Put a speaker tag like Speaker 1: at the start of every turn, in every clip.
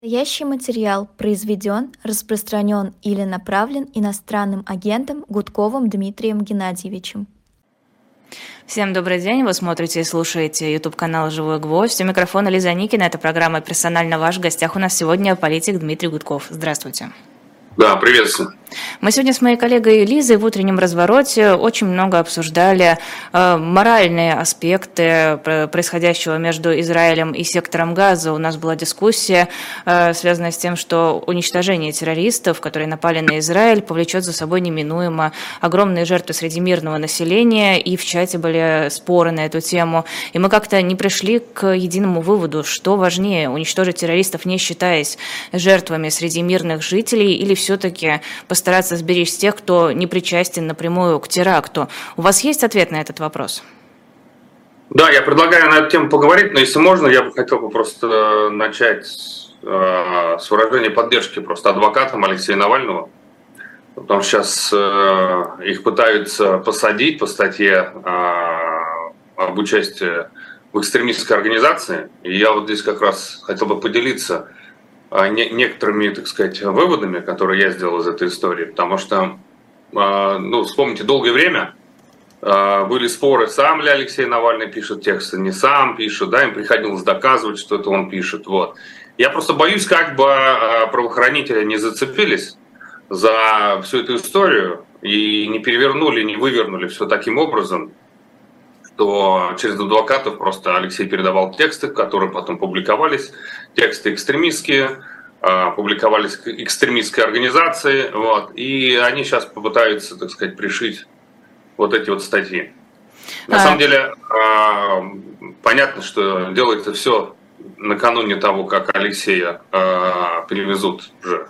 Speaker 1: Настоящий материал произведен, распространен или направлен иностранным агентом Гудковым Дмитрием Геннадьевичем.
Speaker 2: Всем добрый день, вы смотрите и слушаете YouTube-канал «Живой гвоздь». У микрофона Лиза Никина, это программа «Персонально ваш». В гостях у нас сегодня политик Дмитрий Гудков. Здравствуйте.
Speaker 3: Да, приветствую.
Speaker 2: Мы сегодня с моей коллегой Лизой в утреннем развороте очень много обсуждали моральные аспекты происходящего между Израилем и сектором Газа. У нас была дискуссия, связанная с тем, что уничтожение террористов, которые напали на Израиль, повлечет за собой неминуемо огромные жертвы среди мирного населения, и в чате были споры на эту тему. И мы как-то не пришли к единому выводу, что важнее, уничтожить террористов, не считаясь жертвами среди мирных жителей, или все-таки постараться сберечь тех, кто не причастен напрямую к теракту. У вас есть ответ на этот вопрос?
Speaker 3: Да, я предлагаю на эту тему поговорить, но если можно, я бы хотел просто начать с выражения поддержки просто адвокатам Алексея Навального, потому что сейчас их пытаются посадить по статье об участии в экстремистской организации, и я вот здесь как раз хотел бы поделиться некоторыми, так сказать, выводами, которые я сделал из этой истории, потому что, вспомните, долгое время были споры, сам ли Алексей Навальный пишет тексты, не сам пишет, да, им приходилось доказывать, что это он пишет, вот. Я просто боюсь, как бы правоохранители не зацепились за всю эту историю и не перевернули, не вывернули все таким образом, что через адвокатов просто Алексей передавал тексты, которые потом публиковались, тексты экстремистские, публиковались экстремистской организации, вот, и они сейчас попытаются, так сказать, пришить вот эти вот статьи. На самом деле, понятно, что делается все накануне того, как Алексея перевезут уже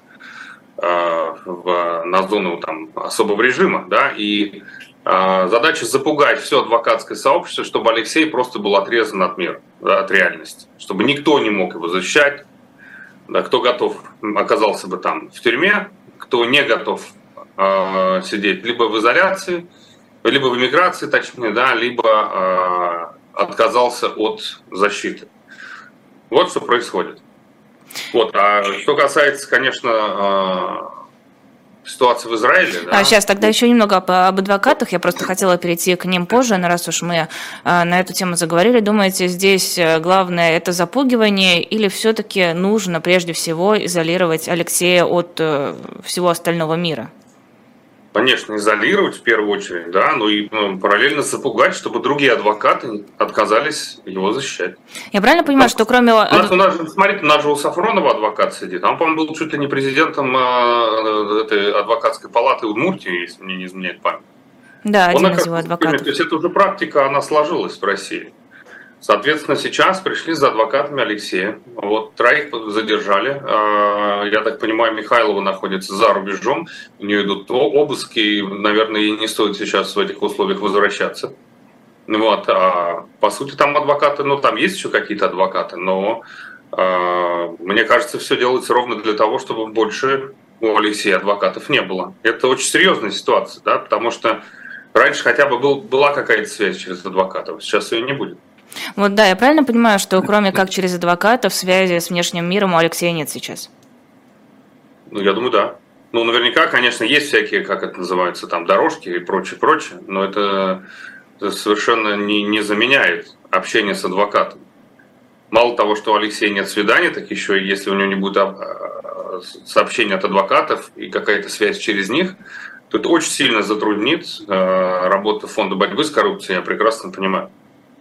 Speaker 3: на зону там особого режима, да, и задача запугать все адвокатское сообщество, чтобы Алексей просто был отрезан от мира, да, от реальности, чтобы никто не мог его защищать, да, кто готов оказался бы там в тюрьме, кто не готов сидеть либо в изоляции, либо в эмиграции, точнее, да, либо отказался от защиты. Вот что происходит. Вот. А что касается, конечно, ситуации в Израиле. Да.
Speaker 2: Сейчас тогда еще немного об адвокатах. Я просто хотела перейти к ним позже, но раз уж мы на эту тему заговорили, думаете, здесь главное это запугивание или все-таки нужно прежде всего изолировать Алексея от всего остального мира?
Speaker 3: Конечно, изолировать в первую очередь, да, но и параллельно запугать, чтобы другие адвокаты отказались его защищать.
Speaker 2: Я правильно понимаю, что кроме...
Speaker 3: Смотрите, у нас же у Сафронова адвокат сидит. Он, по-моему, был чуть ли не президентом этой адвокатской палаты Удмуртии, если мне не изменяет память.
Speaker 2: Да, один из его адвокатов.
Speaker 3: То есть это уже практика, она сложилась в России. Соответственно, сейчас пришли за адвокатами Алексея. Вот, троих задержали. Я так понимаю, Михайлова находится за рубежом. У нее идут обыски, и, наверное, ей не стоит сейчас в этих условиях возвращаться. Вот. А по сути, там адвокаты, там есть еще какие-то адвокаты, но мне кажется, все делается ровно для того, чтобы больше у Алексея адвокатов не было. Это очень серьезная ситуация, да, потому что раньше хотя бы была какая-то связь через адвокатов, сейчас ее не будет.
Speaker 2: Вот да, я правильно понимаю, что кроме как через адвокатов связи с внешним миром у Алексея нет сейчас?
Speaker 3: Я думаю, да. Наверняка, конечно, есть всякие, как это называется, там, дорожки и прочее, но это совершенно не заменяет общение с адвокатом. Мало того, что у Алексея нет свидания, так еще и если у него не будет сообщения от адвокатов и какая-то связь через них, то это очень сильно затруднит работу Фонда борьбы с коррупцией, я прекрасно понимаю.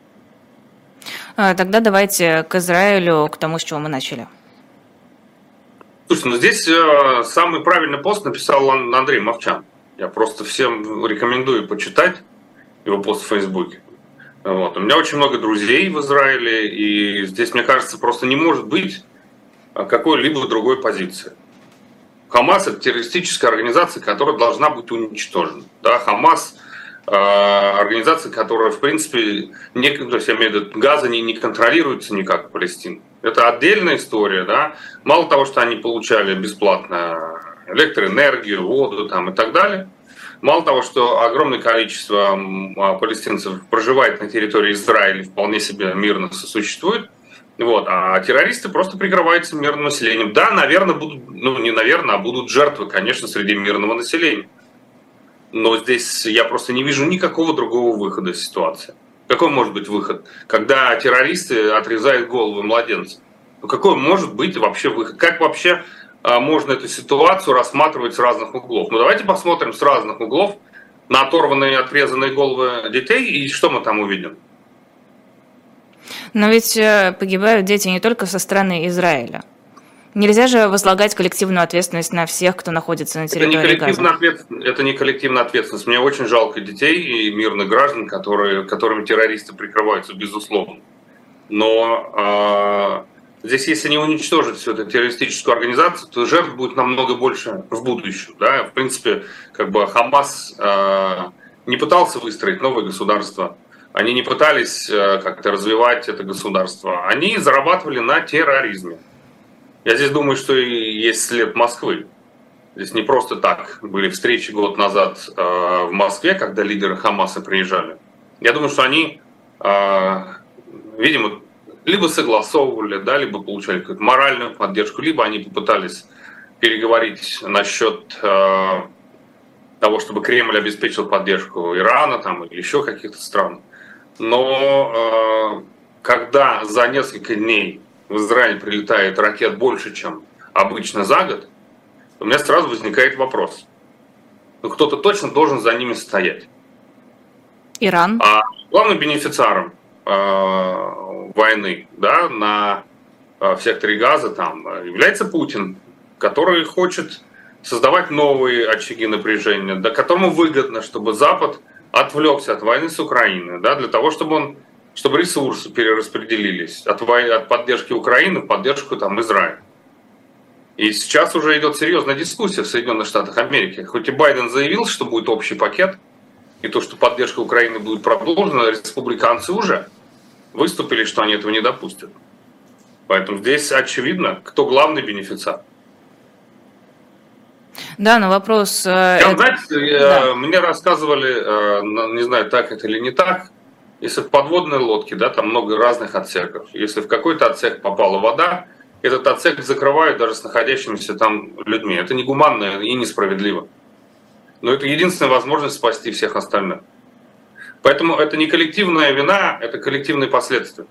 Speaker 2: Тогда давайте к Израилю, к тому, с чего мы начали.
Speaker 3: Слушайте, здесь самый правильный пост написал Андрей Мовчан. Я просто всем рекомендую почитать его пост в Фейсбуке. Вот. У меня очень много друзей в Израиле, и здесь, мне кажется, просто не может быть какой-либо другой позиции. Хамас – это террористическая организация, которая должна быть уничтожена. Да, Хамас – организация, которая, в принципе, то есть, я имею в виду, Газа не контролируется никак Палестиной. Это отдельная история, да. Мало того, что они получали бесплатно электроэнергию, воду там, и так далее. Мало того, что огромное количество палестинцев проживает на территории Израиля, вполне себе мирно сосуществует, Вот. А террористы просто прикрываются мирным населением. Да, наверное, будут, ну не наверное, а будут жертвы, конечно, среди мирного населения. Но здесь я просто не вижу никакого другого выхода из ситуации. Какой может быть выход? Когда террористы отрезают головы младенцев. Ну какой может быть вообще выход? Как вообще можно эту ситуацию рассматривать с разных углов? Ну давайте посмотрим с разных углов на оторванные, отрезанные головы детей, и что мы там увидим?
Speaker 2: Но ведь погибают дети не только со стороны Израиля. Нельзя же возлагать коллективную ответственность на всех, кто находится на территории Газа.
Speaker 3: Это не коллективная ответственность. Мне очень жалко детей и мирных граждан, которыми террористы прикрываются, безусловно. Но здесь, если не уничтожить всю эту террористическую организацию, то жертв будет намного больше в будущем. Да? В принципе, как бы Хамас не пытался выстроить новое государство. Они не пытались как-то развивать это государство. Они зарабатывали на терроризме. Я здесь думаю, что и есть след Москвы. Здесь не просто так были встречи год назад в Москве, когда лидеры Хамаса приезжали. Я думаю, что они, видимо, либо согласовывали, да, либо получали какую-то моральную поддержку, либо они попытались переговорить насчет того, чтобы Кремль обеспечил поддержку Ирана там, или еще каких-то стран. Но когда за несколько дней в Израиль прилетает ракет больше, чем обычно за год, у меня сразу возникает вопрос. Ну, кто-то точно должен за ними стоять.
Speaker 2: Иран.
Speaker 3: А главным бенефициаром войны, да, в секторе Газа там является Путин, который хочет создавать новые очаги напряжения, да, которому выгодно, чтобы Запад отвлекся от войны с Украиной, да, для того, чтобы ресурсы перераспределились от поддержки Украины в поддержку там, Израиля. И сейчас уже идет серьезная дискуссия в Соединенных Штатах Америки. Хоть и Байден заявил, что будет общий пакет, и то, что поддержка Украины будет продолжена, республиканцы уже выступили, что они этого не допустят. Поэтому здесь очевидно, кто главный бенефициар.
Speaker 2: Да, но вопрос...
Speaker 3: Знаете, мне рассказывали, не знаю, так это или не так, если в подводной лодке, да, там много разных отсеков. Если в какой-то отсек попала вода, этот отсек закрывают даже с находящимися там людьми. Это негуманно и несправедливо. Но это единственная возможность спасти всех остальных. Поэтому это не коллективная вина, это коллективные последствия.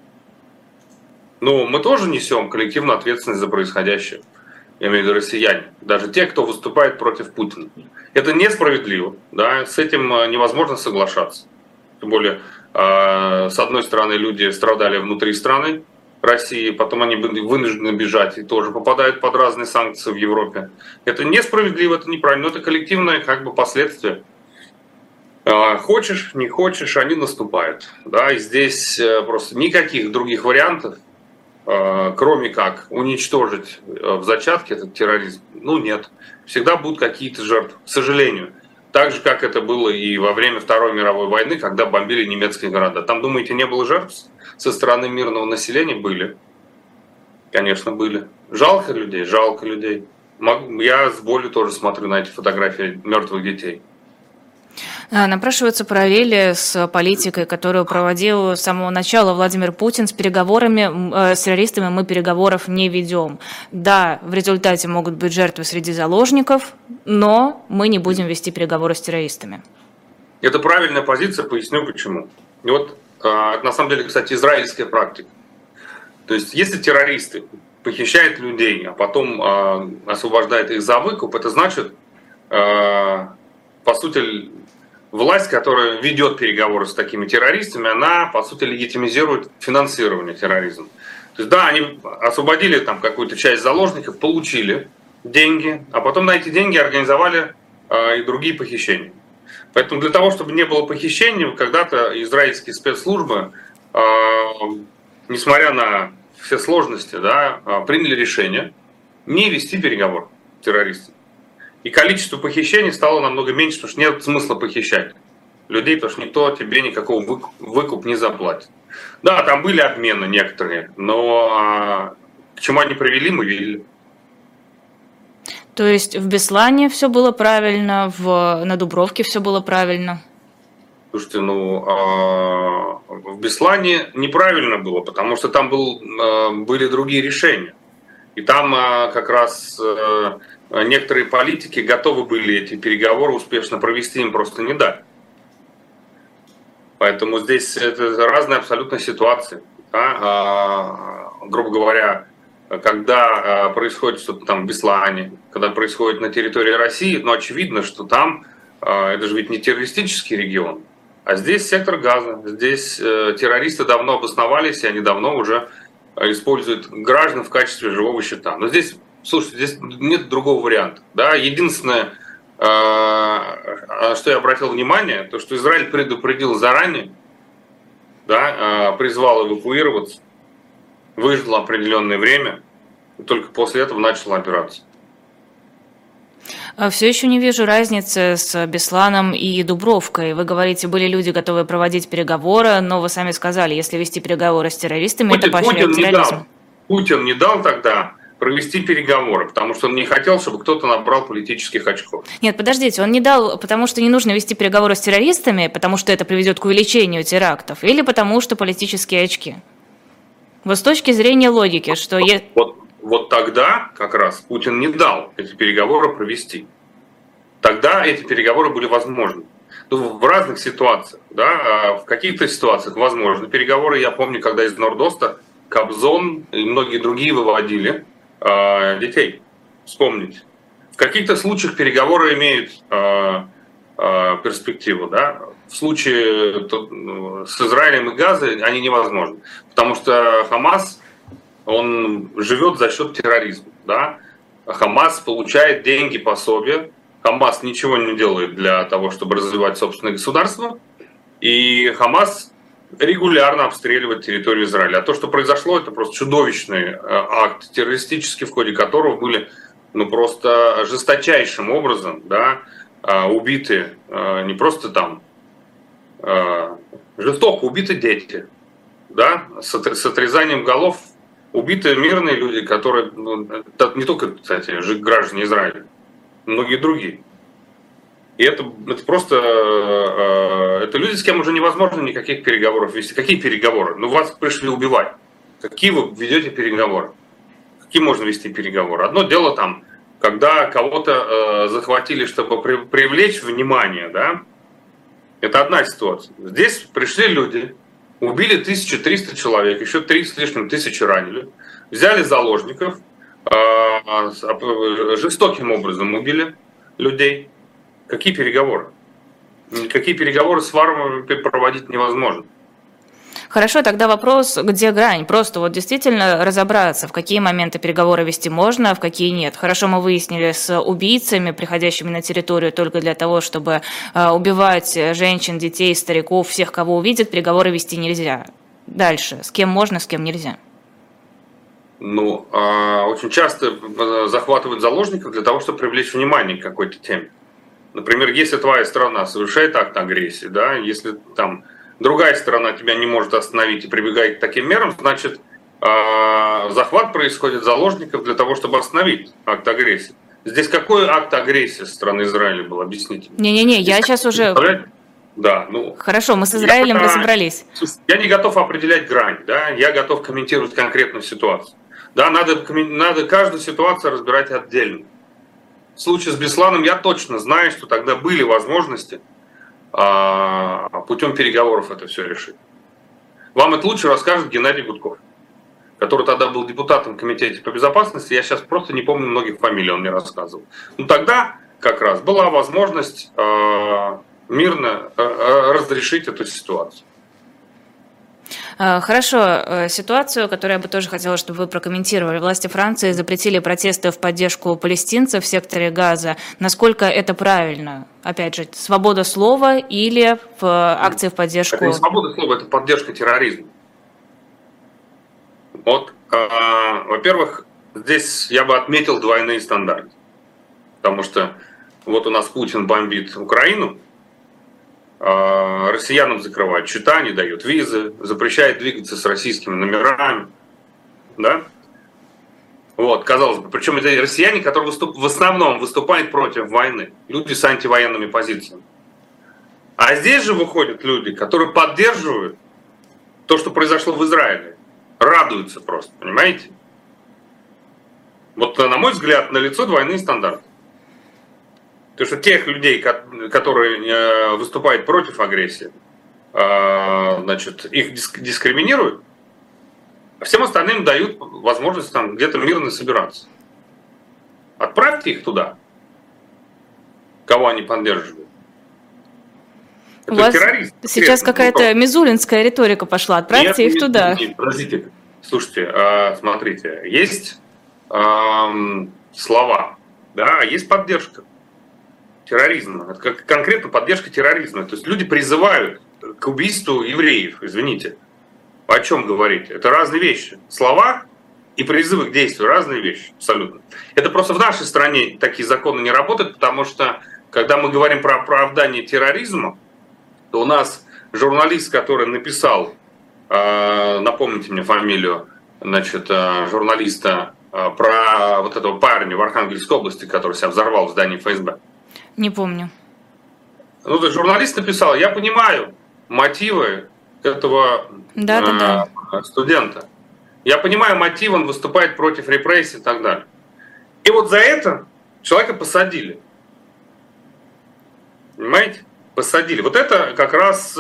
Speaker 3: Но мы тоже несем коллективную ответственность за происходящее. Я имею в виду россияне. Даже те, кто выступает против Путина. Это несправедливо. Да? С этим невозможно соглашаться. Тем более, с одной стороны, люди страдали внутри страны России, потом они были вынуждены бежать и тоже попадают под разные санкции в Европе. Это несправедливо, это неправильно, но это коллективное как бы последствие. Хочешь, не хочешь, они наступают. Да? И здесь просто никаких других вариантов, кроме как уничтожить в зачатке этот терроризм, ну нет. Всегда будут какие-то жертвы, к сожалению. Так же, как это было и во время Второй мировой войны, когда бомбили немецкие города. Там, думаете, не было жертв со стороны мирного населения? Были. Конечно, были. Жалко людей, жалко людей. Я с болью тоже смотрю на эти фотографии мертвых детей.
Speaker 2: Напрашиваются параллели с политикой, которую проводил с самого начала Владимир Путин с переговорами, с террористами мы переговоров не ведем. Да, в результате могут быть жертвы среди заложников, но мы не будем вести переговоры с террористами.
Speaker 3: Это правильная позиция, поясню почему. И вот это на самом деле, кстати, израильская практика. То есть если террористы похищают людей, а потом освобождают их за выкуп, это значит, по сути, власть, которая ведет переговоры с такими террористами, она, по сути, легитимизирует финансирование терроризма. То есть, да, они освободили там какую-то часть заложников, получили деньги, а потом на эти деньги организовали и другие похищения. Поэтому для того, чтобы не было похищений, когда-то израильские спецслужбы, несмотря на все сложности, да, приняли решение не вести переговоры с террористами. И количество похищений стало намного меньше, потому что нет смысла похищать людей, потому что никто тебе никакого выкуп не заплатит. Да, там были обмены некоторые, но к чему они привели, мы видели.
Speaker 2: То есть в Беслане все было правильно, на Дубровке все было правильно?
Speaker 3: Слушайте, в Беслане неправильно было, потому что там были другие решения. И там как раз некоторые политики готовы были эти переговоры успешно провести, им просто не дали. Поэтому здесь это разные абсолютно ситуации. Да? Грубо говоря, когда происходит что-то там в Беслане, когда происходит на территории России, очевидно, что там, это же ведь не террористический регион, а здесь сектор Газа, здесь террористы давно обосновались, и они давно уже используют граждан в качестве живого щита. Но здесь, слушайте, здесь нет другого варианта. Да? Единственное, что я обратил внимание, то, что Израиль предупредил заранее, да, призвал эвакуироваться, выждал определенное время, и только после этого начал операцию.
Speaker 2: Все еще не вижу разницы с Бесланом и Дубровкой. Вы говорите, были люди, готовые проводить переговоры, но вы сами сказали, если вести переговоры с террористами, это поощряет терроризм.
Speaker 3: Путин не дал тогда провести переговоры, потому что он не хотел, чтобы кто-то набрал политических очков.
Speaker 2: Нет, подождите, он не дал, потому что не нужно вести переговоры с террористами, потому что это приведет к увеличению терактов, или потому что политические очки? Вот с точки зрения логики, что...
Speaker 3: Вот тогда как раз Путин не дал эти переговоры провести. Тогда эти переговоры были возможны. В разных ситуациях, да, в каких-то ситуациях возможны переговоры. Я помню, когда из Норд-Оста Кобзон и многие другие выводили детей. Вспомните. В каких-то случаях переговоры имеют перспективу. Да? В случае с Израилем и Газой они невозможны. Потому что Хамас, он живет за счет терроризма. Да? Хамас получает деньги, пособия. Хамас ничего не делает для того, чтобы развивать собственное государство. И Хамас регулярно обстреливает территорию Израиля. А то, что произошло, это просто чудовищный акт террористический, в ходе которого были просто жесточайшим образом, да, убиты не просто там, жестоко убиты дети, да, с отрезанием голов, убиты мирные люди, которые, не только, кстати, граждане Израиля, многие другие. И это просто, это люди, с кем уже невозможно никаких переговоров вести. Какие переговоры? Вас пришли убивать. Какие вы ведете переговоры? Какие можно вести переговоры? Одно дело там, когда кого-то захватили, чтобы привлечь внимание, да, это одна ситуация. Здесь пришли люди, убили 1300 человек, еще 30 с лишним тысячи ранили, взяли заложников, жестоким образом убили людей. Какие переговоры? Какие переговоры с варварами проводить невозможно.
Speaker 2: Хорошо, тогда вопрос, где грань? Просто вот действительно разобраться, в какие моменты переговоры вести можно, в какие нет. Хорошо, мы выяснили с убийцами, приходящими на территорию только для того, чтобы убивать женщин, детей, стариков, всех, кого увидят, переговоры вести нельзя. Дальше, с кем можно, с кем нельзя?
Speaker 3: Очень часто захватывают заложников для того, чтобы привлечь внимание к какой-то теме. Например, если твоя страна совершает акт агрессии, да, если там другая сторона тебя не может остановить и прибегает к таким мерам, значит, захват происходит заложников для того, чтобы остановить акт агрессии. Здесь какой акт агрессии со стороны Израиля был? Объясните.
Speaker 2: Не-не-не, я сейчас уже...
Speaker 3: Да,
Speaker 2: Хорошо, мы с Израилем разобрались.
Speaker 3: Я не готов определять грань, да, я готов комментировать конкретную ситуацию. Да, надо каждую ситуацию разбирать отдельно. В случае с Бесланом я точно знаю, что тогда были возможности путем переговоров это все решить. Вам это лучше расскажет Геннадий Гудков, который тогда был депутатом в комитете по безопасности. Я сейчас просто не помню многих фамилий, он мне рассказывал. Тогда как раз была возможность мирно разрешить эту ситуацию.
Speaker 2: Хорошо. Ситуацию, которую я бы тоже хотела, чтобы вы прокомментировали. Власти Франции запретили протесты в поддержку палестинцев в секторе Газа. Насколько это правильно? Опять же, свобода слова или в акции в поддержку...
Speaker 3: Это не свобода слова, это поддержка терроризма. Во-первых, здесь я бы отметил двойные стандарты. Потому что вот у нас Путин бомбит Украину, россиянам закрывают счета, не дают визы, запрещает двигаться с российскими номерами. Да? Вот, казалось бы. Причем это россияне, которые в основном выступают против войны. Люди с антивоенными позициями. А здесь же выходят люди, которые поддерживают то, что произошло в Израиле. Радуются просто, понимаете? Вот, на мой взгляд, налицо двойные стандарты. То, что тех людей, которые выступают против агрессии, значит, их дискриминируют, а всем остальным дают возможность там где-то мирно собираться. Отправьте их туда, кого они поддерживают.
Speaker 2: У вас терроризм. Сейчас какая-то мизулинская риторика пошла. Отправьте их туда.
Speaker 3: Нет, подождите. Слушайте, смотрите, есть слова, да, есть поддержка терроризма. Это конкретно поддержка терроризма. То есть люди призывают к убийству евреев, извините. О чем говорите? Это разные вещи. Слова и призывы к действию разные вещи, абсолютно. Это просто в нашей стране такие законы не работают, потому что, когда мы говорим про оправдание терроризма, то у нас журналист, который написал, напомните мне фамилию, значит, журналиста про вот этого парня в Архангельской области, который себя взорвал в здании ФСБ.
Speaker 2: Не помню.
Speaker 3: Ну, то есть журналист написал, я понимаю мотивы этого студента. Я понимаю мотив, он выступает против репрессий и так далее. И вот за это человека посадили. Понимаете? Посадили. Вот это как раз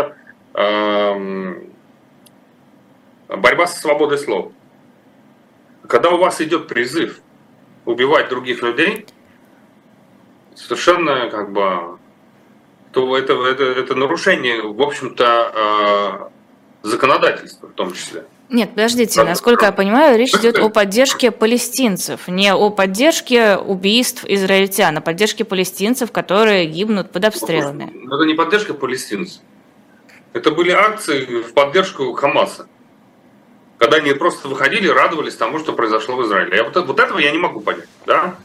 Speaker 3: борьба со свободой слова. Когда у вас идет призыв убивать других людей, совершенно как бы, то это нарушение, в общем-то, законодательства в том числе.
Speaker 2: Нет, подождите, насколько я понимаю, речь идет о поддержке палестинцев, не о поддержке убийств израильтян, а поддержке палестинцев, которые гибнут под обстрелами.
Speaker 3: Это не поддержка палестинцев. Это были акции в поддержку Хамаса. Когда они просто выходили и радовались тому, что произошло в Израиле. Вот этого я не могу понять. Да?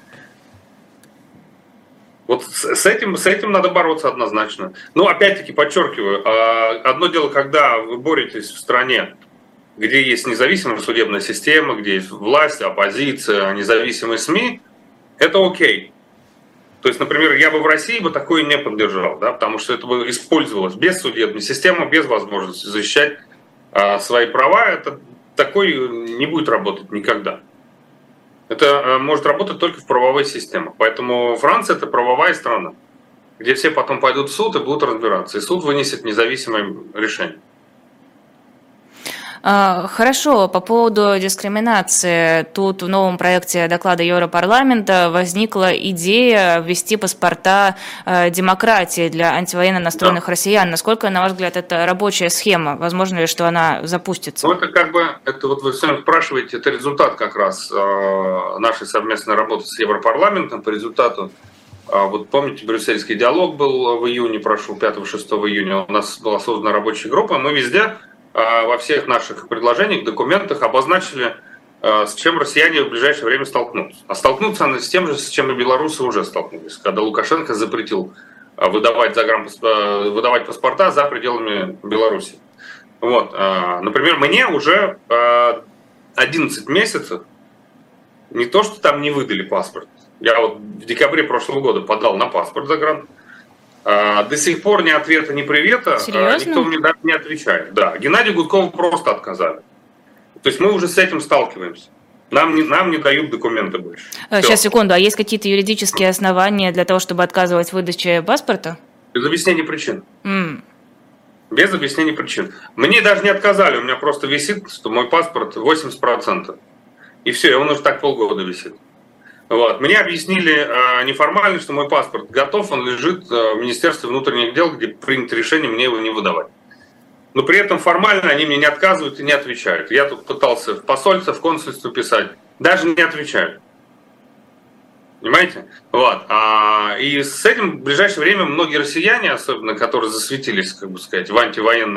Speaker 3: Вот с этим надо бороться однозначно. Но опять-таки подчеркиваю, одно дело, когда вы боретесь в стране, где есть независимая судебная система, где есть власть, оппозиция, независимые СМИ, это окей. То есть, например, я бы в России бы такое не поддержал, да, потому что это бы использовалось без судебной системы, без возможности защищать свои права. Это такой не будет работать никогда. Это может работать только в правовой системе. Поэтому Франция – это правовая страна, где все потом пойдут в суд и будут разбираться. И суд вынесет независимое решение.
Speaker 2: Хорошо, по поводу дискриминации. Тут в новом проекте доклада Европарламента возникла идея ввести паспорта демократии для антивоенно настроенных россиян. Насколько, на ваш взгляд, это рабочая схема? Возможно ли, что она запустится?
Speaker 3: Ну, это вот вы сами спрашиваете, это результат как раз нашей совместной работы с Европарламентом. По результату, вот помните, брюссельский диалог был в июне, прошел 5-6 июня, у нас была создана рабочая группа, мы везде во всех наших предложениях, документах обозначили, с чем россияне в ближайшее время столкнутся. А столкнутся они с тем же, с чем и белорусы уже столкнулись, когда Лукашенко запретил выдавать паспорта за пределами Беларуси. Вот. Например, мне уже 11 месяцев не то, что там не выдали паспорт. Я вот в декабре прошлого года подал на паспорт загран. До сих пор ни ответа, ни привета.
Speaker 2: Серьезно?
Speaker 3: Никто мне даже не отвечает. Да, Геннадию Гудкову просто отказали. То есть мы уже с этим сталкиваемся. Нам не дают документы больше.
Speaker 2: Сейчас, секунду. А есть какие-то юридические основания для того, чтобы отказывать в выдаче паспорта?
Speaker 3: Без объяснения причин. Без объяснения причин. Мне даже не отказали. У меня просто висит, что мой паспорт 80%. И все, и он уже так полгода висит. Вот. Мне объяснили неформально, что мой паспорт готов, он лежит в Министерстве внутренних дел, где принято решение мне его не выдавать. Но при этом формально они мне не отказывают и не отвечают. Я тут пытался в посольство, в консульство писать, даже не отвечают. Понимаете? Вот. И с этим в ближайшее время многие россияне, особенно которые засветились, как бы сказать, с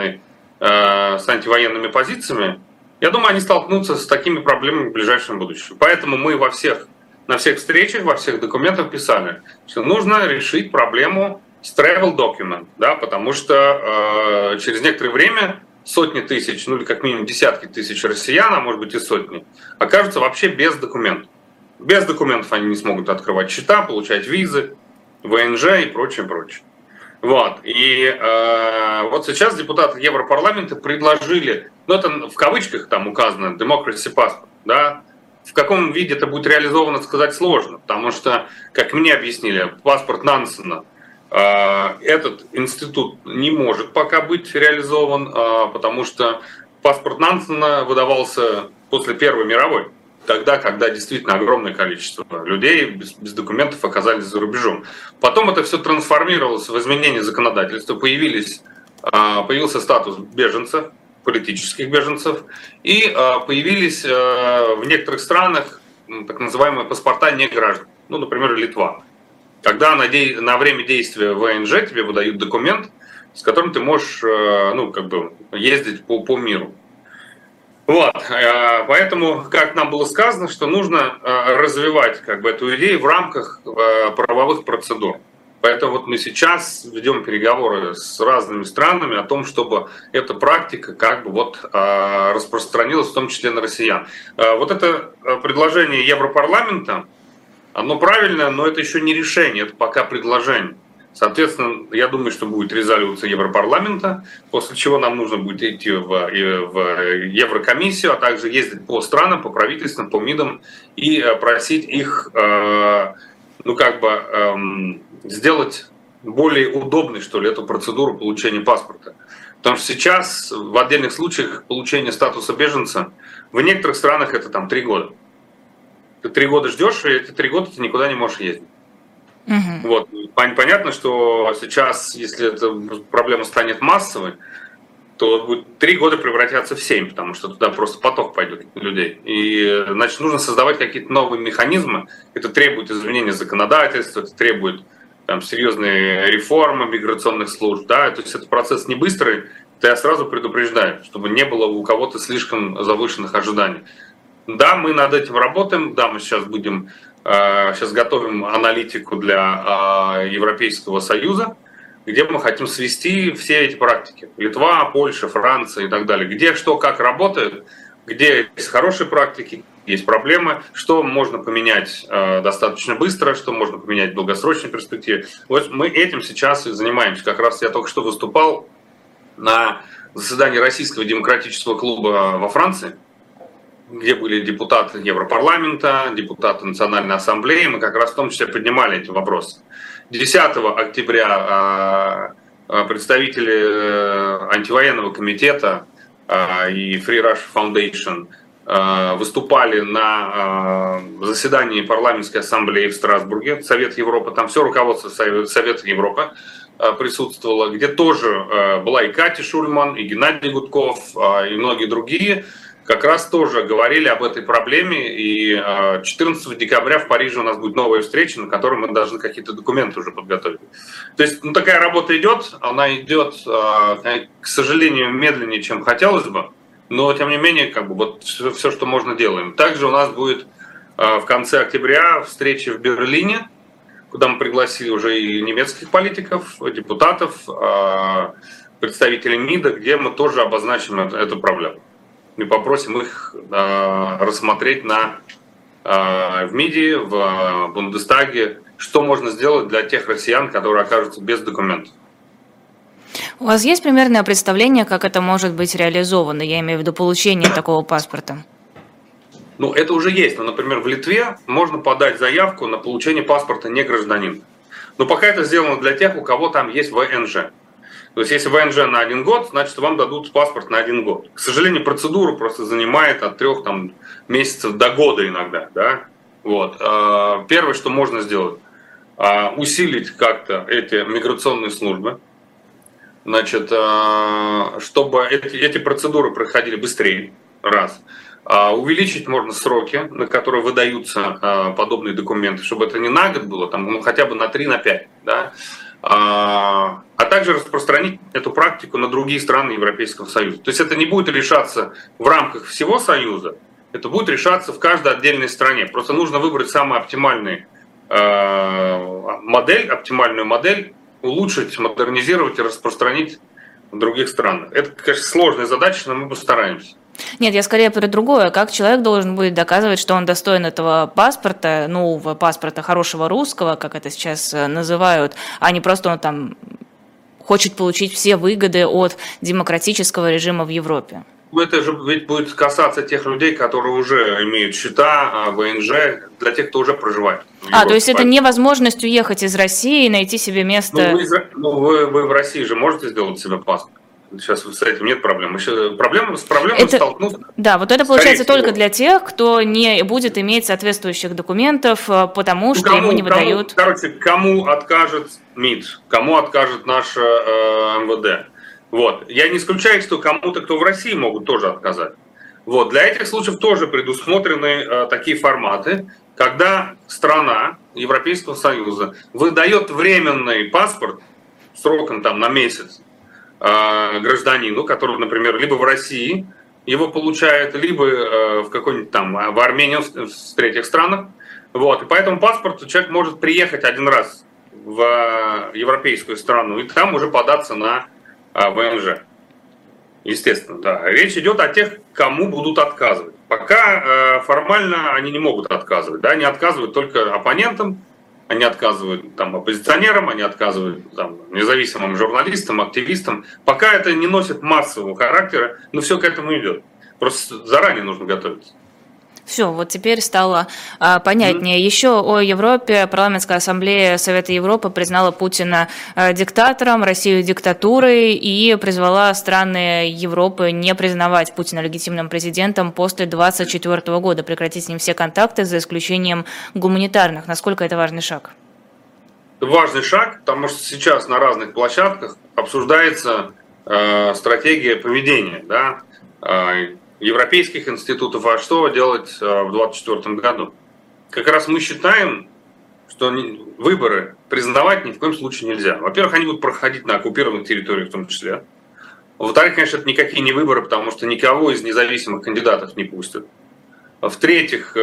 Speaker 3: антивоенными позициями, я думаю, они столкнутся с такими проблемами в ближайшем будущем. Поэтому мы на всех встречах, во всех документах писали, что нужно решить проблему с travel document, да, потому что через некоторое время сотни тысяч, ну или как минимум десятки тысяч россиян, а может быть и сотни, окажутся вообще без документов. Без документов они не смогут открывать счета, получать визы, ВНЖ и прочее, прочее. Вот. И вот сейчас депутаты Европарламента предложили, ну это в кавычках там указано, democracy passport, да, в каком виде это будет реализовано, сказать сложно, потому что, как мне объяснили, паспорт Нансена, этот институт не может пока быть реализован, потому что паспорт Нансена выдавался после Первой мировой, тогда, когда действительно огромное количество людей без документов оказались за рубежом. Потом это все трансформировалось в изменение законодательства, появился статус беженцев, политических беженцев, и появились в некоторых странах так называемые паспорта неграждан, ну, например, Литва. Когда на время действия ВНЖ тебе выдают документ, с которым ты можешь ездить по миру. Вот. Поэтому, как нам было сказано, что нужно развивать эту идею в рамках правовых процедур. Поэтому вот мы сейчас ведем переговоры с разными странами о том, чтобы эта практика распространилась, в том числе на россиян. Вот это предложение Европарламента, оно правильное, но это еще не решение, это пока предложение. Соответственно, я думаю, что будет резолюция Европарламента, после чего нам нужно будет идти в Еврокомиссию, а также ездить по странам, по правительствам, по МИДам и просить их сделать более удобной, что ли, эту процедуру получения паспорта. Потому что сейчас в отдельных случаях получение статуса беженца в некоторых странах это 3 года. Ты 3 года ждешь, и эти 3 года ты никуда не можешь ездить. Угу. Вот. Понятно, что сейчас, если эта проблема станет массовой, то будет 3 года превратятся в 7, потому что туда просто поток пойдет людей. И, значит, нужно создавать какие-то новые механизмы. Это требует изменения законодательства, это требует серьезной реформы миграционных служб. Да? То есть это процесс не быстрый, то я сразу предупреждаю, чтобы не было у кого-то слишком завышенных ожиданий. Да, мы над этим работаем, да, мы сейчас готовим аналитику для Европейского Союза, где мы хотим свести все эти практики. Литва, Польша, Франция и так далее. Где что, как работает, где есть хорошие практики, есть проблемы, что можно поменять достаточно быстро, что можно поменять в долгосрочной перспективе. Вот мы этим сейчас и занимаемся. Как раз я только что выступал на заседании Российского демократического клуба во Франции, где были депутаты Европарламента, депутаты Национальной ассамблеи, мы как раз в том числе поднимали эти вопросы. 10 октября представители антивоенного комитета и Free Russia Foundation выступали на заседании парламентской ассамблеи в Страсбурге, Совет Европы, там все руководство Совета Европы присутствовало, где тоже была и Катя Шульман, и Геннадий Гудков, и многие другие, как раз тоже говорили об этой проблеме, и 14 декабря в Париже у нас будет новая встреча, на которой мы должны какие-то документы уже подготовить. То есть такая работа идет, она идет, к сожалению, медленнее, чем хотелось бы, но тем не менее, все, что можно, делаем. Также у нас будет в конце октября встреча в Берлине, куда мы пригласили уже и немецких политиков, депутатов, представителей МИДа, где мы тоже обозначим эту проблему. Мы попросим их рассмотреть в МИДе, в Бундестаге, что можно сделать для тех россиян, которые окажутся без документов.
Speaker 2: У вас есть примерное представление, как это может быть реализовано? Я имею в виду получение такого паспорта.
Speaker 3: Это уже есть. Например, в Литве можно подать заявку на получение паспорта не гражданина. Но пока это сделано для тех, у кого там есть ВНЖ. То есть, если ВНЖ на 1 год, значит, вам дадут паспорт на 1 год. К сожалению, процедура просто занимает от 3 месяцев до года иногда. Да? Вот. Первое, что можно сделать, усилить как-то эти миграционные службы, значит, чтобы эти процедуры проходили быстрее, раз. Увеличить можно сроки, на которые выдаются подобные документы, чтобы это не на год было, хотя бы на 3, на 5. Да? А также распространить эту практику на другие страны Европейского Союза. То есть это не будет решаться в рамках всего Союза, это будет решаться в каждой отдельной стране. Просто нужно выбрать самую оптимальную модель, улучшить, модернизировать и распространить в других странах. Это, конечно, сложная задача, но мы постараемся.
Speaker 2: Нет, я скорее про другое. Как человек должен будет доказывать, что он достоин этого паспорта, нового паспорта хорошего русского, как это сейчас называют, а не просто он хочет получить все выгоды от демократического режима в Европе.
Speaker 3: Это же ведь будет касаться тех людей, которые уже имеют счета, ВНЖ, для тех, кто уже проживает.
Speaker 2: То есть это невозможность уехать из России и найти себе место...
Speaker 3: Вы в России же можете сделать себе паспорт? Сейчас с этим нет проблем. С проблемой столкнутся.
Speaker 2: Да, вот это получается только для тех, кто не будет иметь соответствующих документов, потому что ему не выдают...
Speaker 3: Кому откажет МИД, кому откажет наше МВД. Вот. Я не исключаю, что кому-то, кто в России, могут тоже отказать. Вот. Для этих случаев тоже предусмотрены такие форматы, когда страна Европейского Союза выдает временный паспорт сроком там, на месяц гражданину, который, например, либо в России его получает, либо в какой-нибудь там в Армении, в третьих странах. Вот. И по этому паспорту человек может приехать один раз в европейскую страну и там уже податься на ВНЖ. Естественно, да. Речь идет о тех, кому будут отказывать. Пока формально они не могут отказывать. Да? Они отказывают только оппонентам, они отказывают там, оппозиционерам, они отказывают там, независимым журналистам, активистам. Пока это не носит массового характера, но все к этому идет. Просто заранее нужно готовиться.
Speaker 2: Все, вот теперь стало понятнее. Еще о Европе. Парламентская ассамблея Совета Европы признала Путина диктатором, Россию диктатурой и призвала страны Европы не признавать Путина легитимным президентом после 2024 года, прекратить с ним все контакты за исключением гуманитарных. Насколько это важный шаг?
Speaker 3: Важный шаг, потому что сейчас на разных площадках обсуждается стратегия поведения, да, европейских институтов, а что делать в 2024 году. Как раз мы считаем, что выборы признавать ни в коем случае нельзя. Во-первых, они будут проходить на оккупированных территориях в том числе. Во-вторых, конечно, это никакие не выборы, потому что никого из независимых кандидатов не пустят. В-третьих,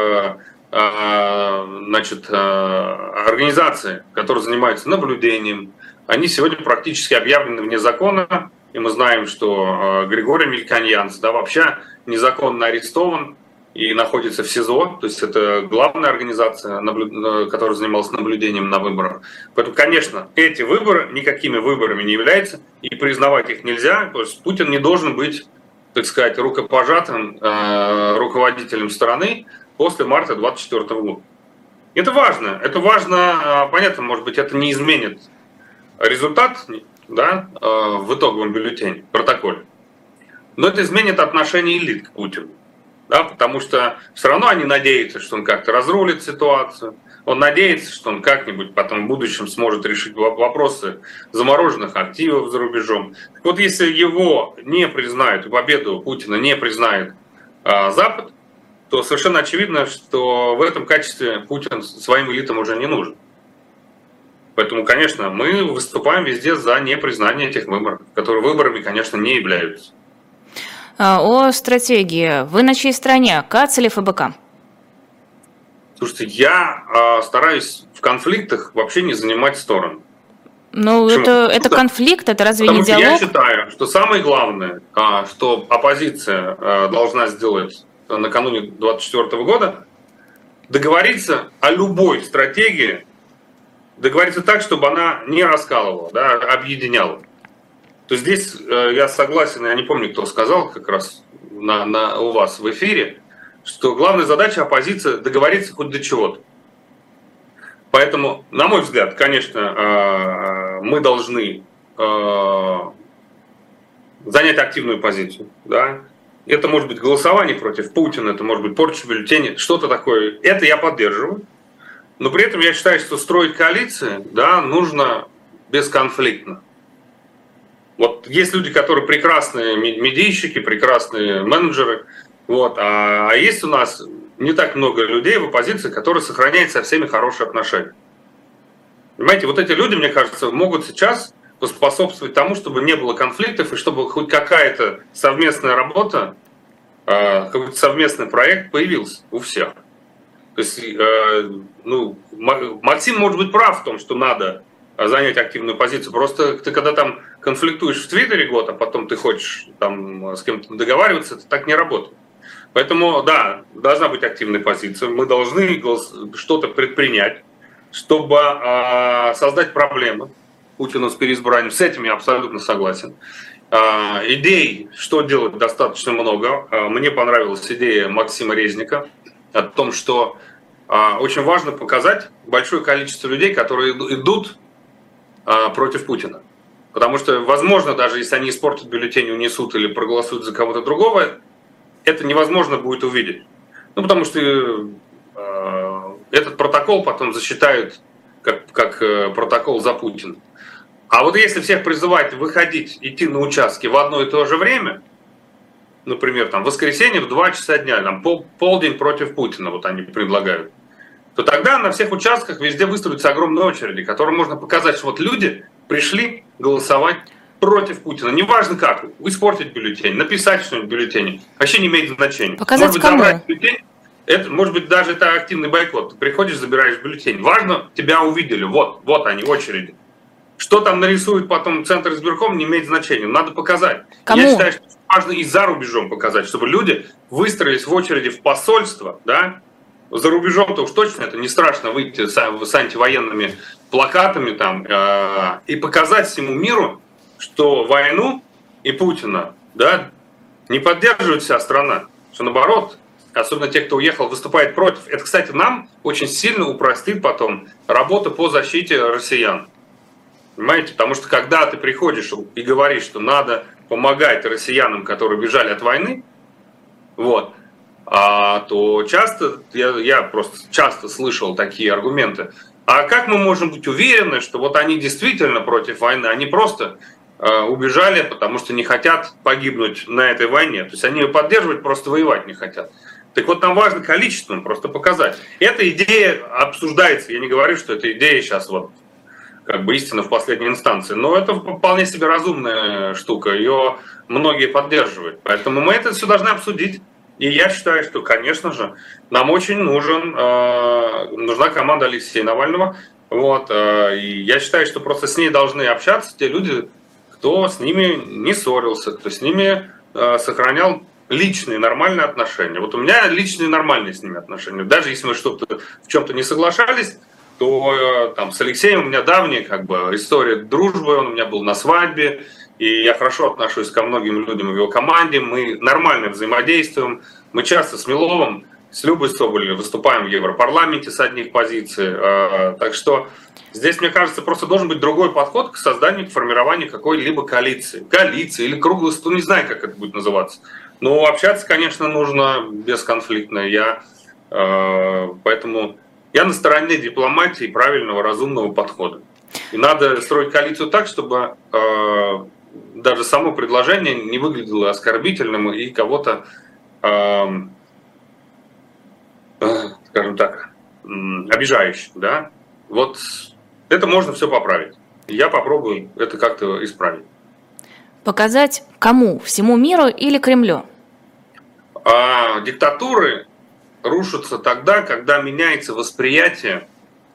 Speaker 3: организации, которые занимаются наблюдением, они сегодня практически объявлены вне закона. И мы знаем, что Григорий Мельконьянц, да, вообще незаконно арестован и находится в СИЗО. То есть это главная организация, которая занималась наблюдением на выборах. Поэтому, конечно, эти выборы никакими выборами не являются, и признавать их нельзя. То есть Путин не должен быть, так сказать, рукопожатым руководителем страны после марта 2024 года. Это важно, понятно, может быть, это не изменит результат, да, в итоговом бюллетене, в протоколе. Но это изменит отношение элит к Путину. Да, потому что все равно они надеются, что он как-то разрулит ситуацию. Он надеется, что он как-нибудь потом в будущем сможет решить вопросы замороженных активов за рубежом. Так вот, если его не признают, победу Путина не признает Запад, то совершенно очевидно, что в этом качестве Путин своим элитам уже не нужен. Поэтому, конечно, мы выступаем везде за непризнание этих выборов, которые выборами, конечно, не являются.
Speaker 2: О стратегии. Вы на чьей стороне? Кац или ФБК?
Speaker 3: Слушайте, я стараюсь в конфликтах вообще не занимать сторону.
Speaker 2: Ну, это конфликт, это разве не диалог?
Speaker 3: Я считаю, что самое главное, что оппозиция должна сделать накануне 2024 года, договориться о любой стратегии, договориться так, чтобы она не раскалывала, да, объединяла. То есть здесь я согласен, я не помню, кто сказал как раз у вас в эфире, что главная задача оппозиции договориться хоть до чего-то. Поэтому, на мой взгляд, конечно, мы должны занять активную позицию. Да? Это может быть голосование против Путина, это может быть порча бюллетеней, что-то такое. Это я поддерживаю. Но при этом я считаю, что строить коалиции, да, нужно бесконфликтно. Вот есть люди, которые прекрасные медийщики, прекрасные менеджеры, вот, а есть у нас не так много людей в оппозиции, которые сохраняют со всеми хорошие отношения. Понимаете, вот эти люди, мне кажется, могут сейчас поспособствовать тому, чтобы не было конфликтов и чтобы хоть какая-то совместная работа, какой-то совместный проект появился у всех. То есть, Максим может быть прав в том, что надо занять активную позицию. Просто ты когда там конфликтуешь в Твиттере год, а потом ты хочешь там с кем-то договариваться, это так не работает. Поэтому, да, должна быть активная позиция. Мы должны что-то предпринять, чтобы создать проблемы Путину с переизбранием. С этим я абсолютно согласен. Идей, что делать, достаточно много. Мне понравилась идея Максима Резника о том, что очень важно показать большое количество людей, которые идут против Путина. Потому что, возможно, даже если они испортят бюллетень, унесут или проголосуют за кого-то другого, это невозможно будет увидеть. Ну, потому что этот протокол потом засчитают как протокол за Путина. А вот если всех призывать выходить, идти на участки в одно и то же время, например, там, в воскресенье в 2 часа дня, там, полдень против Путина, вот они предлагают, то тогда на всех участках везде выстроятся огромные очереди, которым можно показать, что вот люди пришли голосовать против Путина. Неважно как, испортить бюллетень, написать что-нибудь в бюллетене, вообще не имеет значения.
Speaker 2: Показать
Speaker 3: может быть,
Speaker 2: кому?
Speaker 3: забрать бюллетень, это, может быть, даже это активный бойкот. Ты приходишь, забираешь бюллетень. Важно, тебя увидели, вот они, очереди. Что там нарисует потом Центр избирком, не имеет значения. Надо показать.
Speaker 2: Кому?
Speaker 3: Я считаю, что важно и за рубежом показать, чтобы люди выстроились в очереди в посольство, да. За рубежом-то уж точно это не страшно выйти с антивоенными плакатами там, и показать всему миру, что войну и Путина, да, не поддерживает вся страна, что наоборот, особенно те, кто уехал, выступает против. Это, кстати, нам очень сильно упростит потом работу по защите россиян. Понимаете? Потому что когда ты приходишь и говоришь, что надо помогать россиянам, которые бежали от войны, вот, то часто, я просто часто слышал такие аргументы. А как мы можем быть уверены, что вот они действительно против войны, они просто убежали, потому что не хотят погибнуть на этой войне. То есть они ее поддерживать, просто воевать не хотят. Так вот, нам важно количественно просто показать. Эта идея обсуждается. Я не говорю, что эта идея сейчас вот как бы истина в последней инстанции. Но это вполне себе разумная штука. Ее многие поддерживают. Поэтому мы это все должны обсудить. И я считаю, что, конечно же, нам очень нужна команда Алексея Навального. Вот. И я считаю, что просто с ней должны общаться те люди, кто с ними не ссорился, кто с ними сохранял личные нормальные отношения. Вот у меня личные нормальные с ними отношения. Даже если мы что-то в чем-то не соглашались, то там с Алексеем у меня давняя как бы история дружбы, он у меня был на свадьбе, и я хорошо отношусь ко многим людям в его команде, мы нормально взаимодействуем, мы часто с Миловым, с Любой Соболевой выступаем в Европарламенте с одних позиций, так что здесь, мне кажется, просто должен быть другой подход к созданию, к формированию какой-либо коалиции или круглый стол, не знаю, как это будет называться. Но общаться, конечно, нужно бесконфликтно. Поэтому я на стороне дипломатии, правильного, разумного подхода. И надо строить коалицию так, чтобы даже само предложение не выглядело оскорбительным и кого-то, скажем так, обижающим. Да? Вот это можно все поправить. Я попробую это как-то исправить.
Speaker 2: Показать кому? Всему миру или Кремлю?
Speaker 3: Диктатуры рушатся тогда, когда меняется восприятие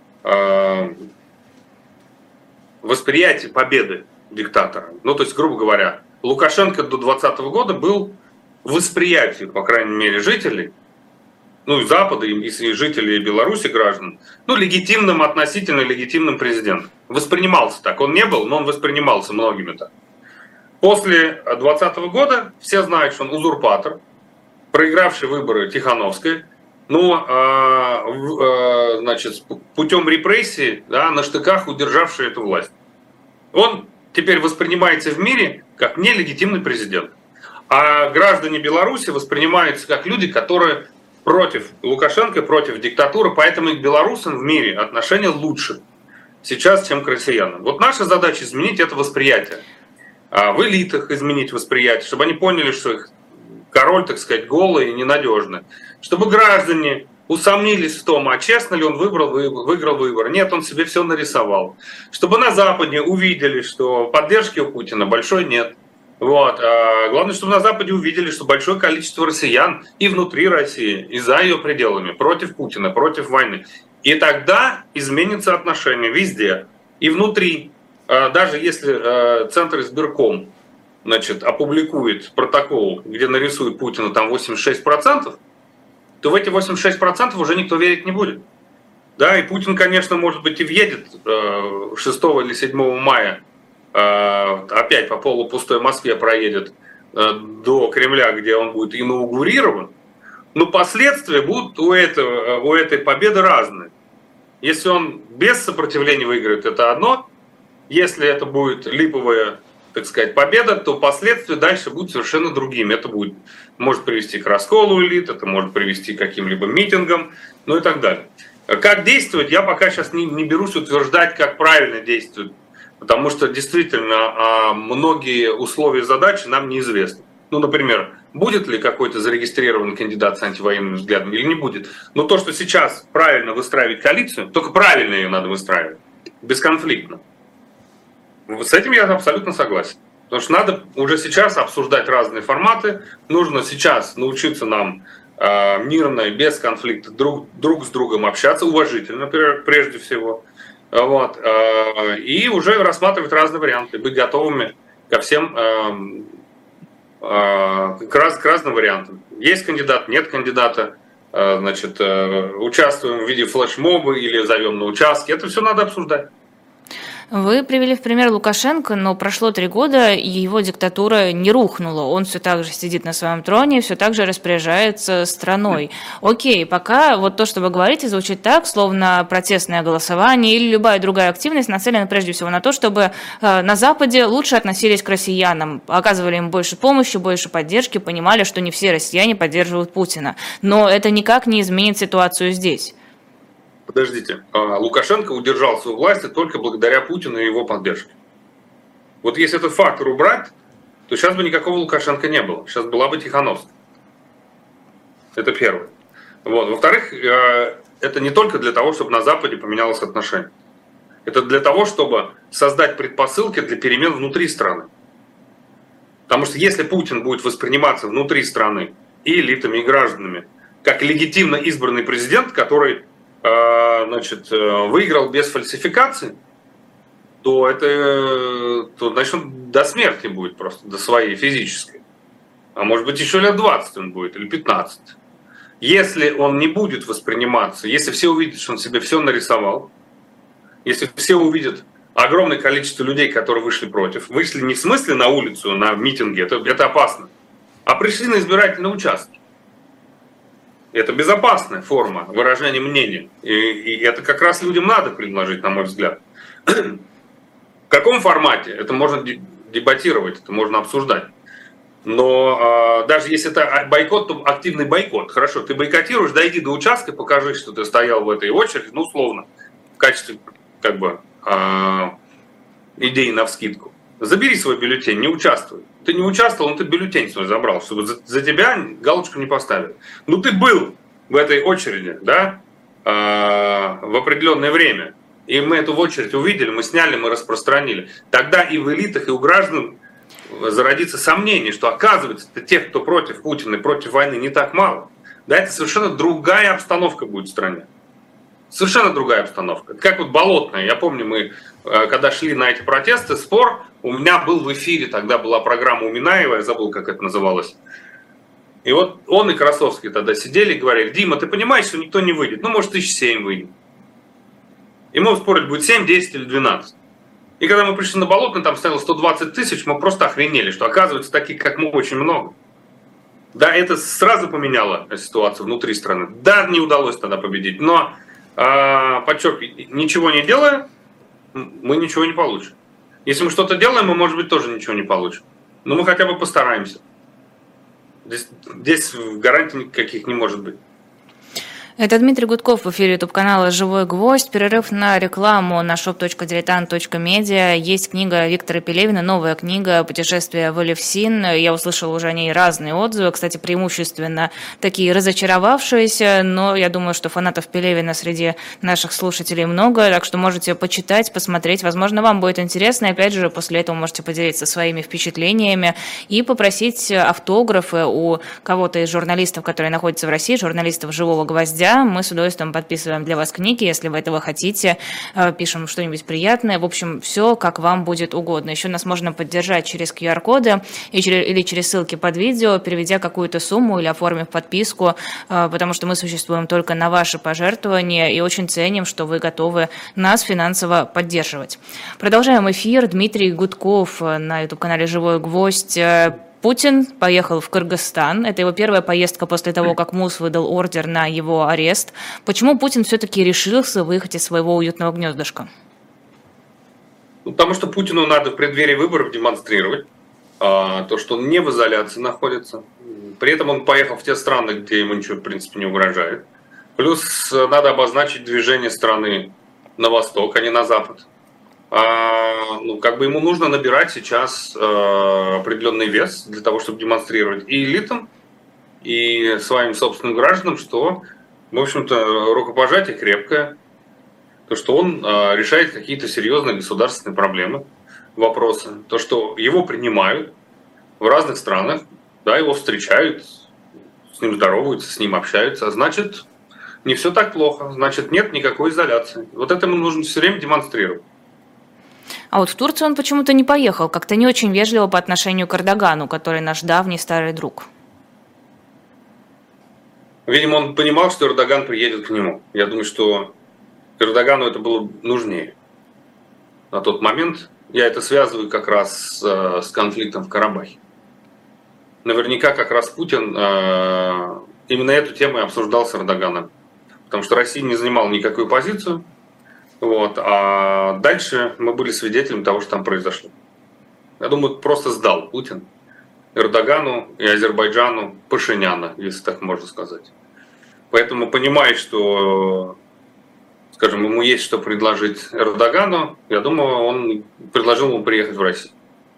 Speaker 3: победы диктатора. Ну, то есть, грубо говоря, Лукашенко до 2020 года был в восприятии, по крайней мере, жителей, ну и Запада, и жителей Беларуси, граждан, ну, легитимным, относительно легитимным президентом. Воспринимался так. Он не был, но он воспринимался многими так. После 2020 года все знают, что он узурпатор, проигравший выборы Тихановской, но значит, путем репрессий, да, на штыках удержавший эту власть. Он теперь воспринимается в мире как нелегитимный президент. А граждане Беларуси воспринимаются как люди, которые против Лукашенко, против диктатуры, поэтому и к белорусам в мире отношения лучше сейчас, чем к россиянам. Вот наша задача изменить это восприятие. В элитах изменить восприятие, чтобы они поняли, что их король, так сказать, голый и ненадежный. Чтобы граждане усомнились в том, а честно ли он выиграл выборы. Нет, он себе все нарисовал. Чтобы на Западе увидели, что поддержки у Путина большой нет. Вот. Главное, чтобы на Западе увидели, что большое количество россиян и внутри России, и за ее пределами, против Путина, против войны. И тогда изменится отношение везде. И внутри. Даже если Центр избирком, значит, опубликует протокол, где нарисует Путина там 86%, то в эти 86% уже никто верить не будет. Да, и Путин, конечно, может быть, и въедет 6 или 7 мая, опять по полупустой Москве проедет до Кремля, где он будет инаугурирован, но последствия будут у этой победы разные. Если он без сопротивления выиграет, это одно. Если это будет липовая, так сказать, победа, то последствия дальше будут совершенно другими. Это может привести к расколу элит, это может привести к каким-либо митингам, ну и так далее. Как действовать, я пока сейчас не берусь утверждать, как правильно действовать, потому что действительно многие условия задачи нам неизвестны. Ну, например, будет ли какой-то зарегистрированный кандидат с антивоенными взглядами или не будет. Но то, что сейчас правильно выстраивать коалицию, только правильно ее надо выстраивать, бесконфликтно. С этим я абсолютно согласен. Потому что надо уже сейчас обсуждать разные форматы, нужно сейчас научиться нам мирно и без конфликта друг с другом общаться, уважительно прежде всего, вот, и уже рассматривать разные варианты, быть готовыми ко всем, к разным вариантам. Есть кандидат, нет кандидата, значит, участвуем в виде флешмоба или зовем на участки, это все надо обсуждать.
Speaker 2: Вы привели в пример Лукашенко, но прошло 3 года, и его диктатура не рухнула. Он все так же сидит на своем троне, все так же распоряжается страной. Окей, пока вот то, что вы говорите, звучит так, словно протестное голосование или любая другая активность нацелена прежде всего на то, чтобы на Западе лучше относились к россиянам, оказывали им больше помощи, больше поддержки, понимали, что не все россияне поддерживают Путина. Но это никак не изменит ситуацию здесь.
Speaker 3: Подождите, Лукашенко удержался у власти только благодаря Путину и его поддержке. Вот если этот фактор убрать, то сейчас бы никакого Лукашенко не было. Сейчас была бы Тихановская. Это первое. Вот. Во-вторых, это не только для того, чтобы на Западе поменялось отношение. Это для того, чтобы создать предпосылки для перемен внутри страны. Потому что если Путин будет восприниматься внутри страны и элитами, и гражданами как легитимно избранный президент, который значит, выиграл без фальсификации, то значит, он до смерти будет просто, до своей физической. А может быть, еще лет 20 он будет, или 15. Если он не будет восприниматься, если все увидят, что он себе все нарисовал, если все увидят огромное количество людей, которые вышли против, вышли не в смысле на улицу, на митинги, это опасно, а пришли на избирательные участки. Это безопасная форма выражения мнения. И это как раз людям надо предложить, на мой взгляд. В каком формате? Это можно дебатировать, это можно обсуждать. Но даже если это бойкот, то активный бойкот. Хорошо, ты бойкотируешь, дойди до участка, покажи, что ты стоял в этой очереди, ну, условно, в качестве, как бы, идеи навскидку. Забери свой бюллетень, не участвуй. Ты не участвовал, но ты бюллетень свой забрал, чтобы за тебя галочку не поставили. Ну ты был в этой очереди, да, в определенное время. И мы эту очередь увидели, мы сняли, мы распространили. Тогда и в элитах, и у граждан зародится сомнение, что оказывается, тех, кто против Путина и против войны, не так мало. Да, это совершенно другая обстановка будет в стране. Совершенно другая обстановка. Как вот Болотная. Я помню, мы, когда шли на эти протесты, спор, у меня был в эфире, тогда была программа у Минаева, я забыл, как это называлось. И вот он и Красовский тогда сидели и говорили: Дима, ты понимаешь, что никто не выйдет? Ну, может, 7 выйдет. И мы спорить, будет 7, 10 или 12. И когда мы пришли на Болотную, там стояло 120 тысяч, мы просто охренели, что оказывается таких, как мы, очень много. Да, это сразу поменяло ситуацию внутри страны. Да, не удалось тогда победить, но, подчеркиваю, ничего не делая, мы ничего не получим. Если мы что-то делаем, мы, может быть, тоже ничего не получим. Но мы хотя бы постараемся. Здесь гарантий никаких не может быть.
Speaker 2: Это Дмитрий Гудков в эфире YouTube-канала «Живой гвоздь». Перерыв на рекламу на shop.diletant.media. Есть книга Виктора Пелевина, новая книга «Путешествие в Элевсин». Я услышала уже о ней разные отзывы, кстати, преимущественно такие разочаровавшиеся, но я думаю, что фанатов Пелевина среди наших слушателей много, так что можете почитать, посмотреть. Возможно, вам будет интересно, и опять же, после этого можете поделиться своими впечатлениями и попросить автографы у кого-то из журналистов, которые находятся в России, журналистов «Живого гвоздя». друзья. Мы с удовольствием подписываем для вас книги, если вы этого хотите. Пишем что-нибудь приятное. В общем, все, как вам будет угодно. Еще нас можно поддержать через QR-коды или через ссылки под видео, переведя какую-то сумму или оформив подписку, потому что мы существуем только на ваши пожертвования и очень ценим, что вы готовы нас финансово поддерживать. Продолжаем эфир. Дмитрий Гудков на YouTube-канале «Живой гвоздь». Путин поехал в Кыргызстан. Это его первая поездка после того, как МУС выдал ордер на его арест. Почему Путин все-таки решился выехать из своего уютного гнездышка?
Speaker 3: Потому что Путину надо в преддверии выборов демонстрировать то, что он не в изоляции находится. При этом он поехал в те страны, где ему ничего, в принципе, не угрожает. Плюс надо обозначить движение страны на восток, а не на запад. Ему нужно набирать сейчас определенный вес для того, чтобы демонстрировать и элитам, и своим собственным гражданам, что, в общем-то, рукопожатие крепкое, то, что он решает какие-то серьезные государственные проблемы, вопросы, то, что его принимают в разных странах, да, его встречают, с ним здороваются, с ним общаются, а значит, не все так плохо, значит, нет никакой изоляции. Вот это ему нужно все время демонстрировать.
Speaker 2: А вот в Турцию он почему-то не поехал, как-то не очень вежливо по отношению к Эрдогану, который наш давний старый друг.
Speaker 3: Видимо, он понимал, что Эрдоган приедет к нему. Я думаю, что Эрдогану это было нужнее на тот момент. Я это связываю как раз с конфликтом в Карабахе. Наверняка как раз Путин именно эту тему и обсуждал с Эрдоганом. Потому что Россия не занимала никакую позицию. А дальше мы были свидетелями того, что там произошло. Я думаю, просто сдал Путин Эрдогану и Азербайджану Пашиняна, если так можно сказать. Поэтому понимая, что, скажем, ему есть что предложить Эрдогану, я думаю, он предложил ему приехать в Россию.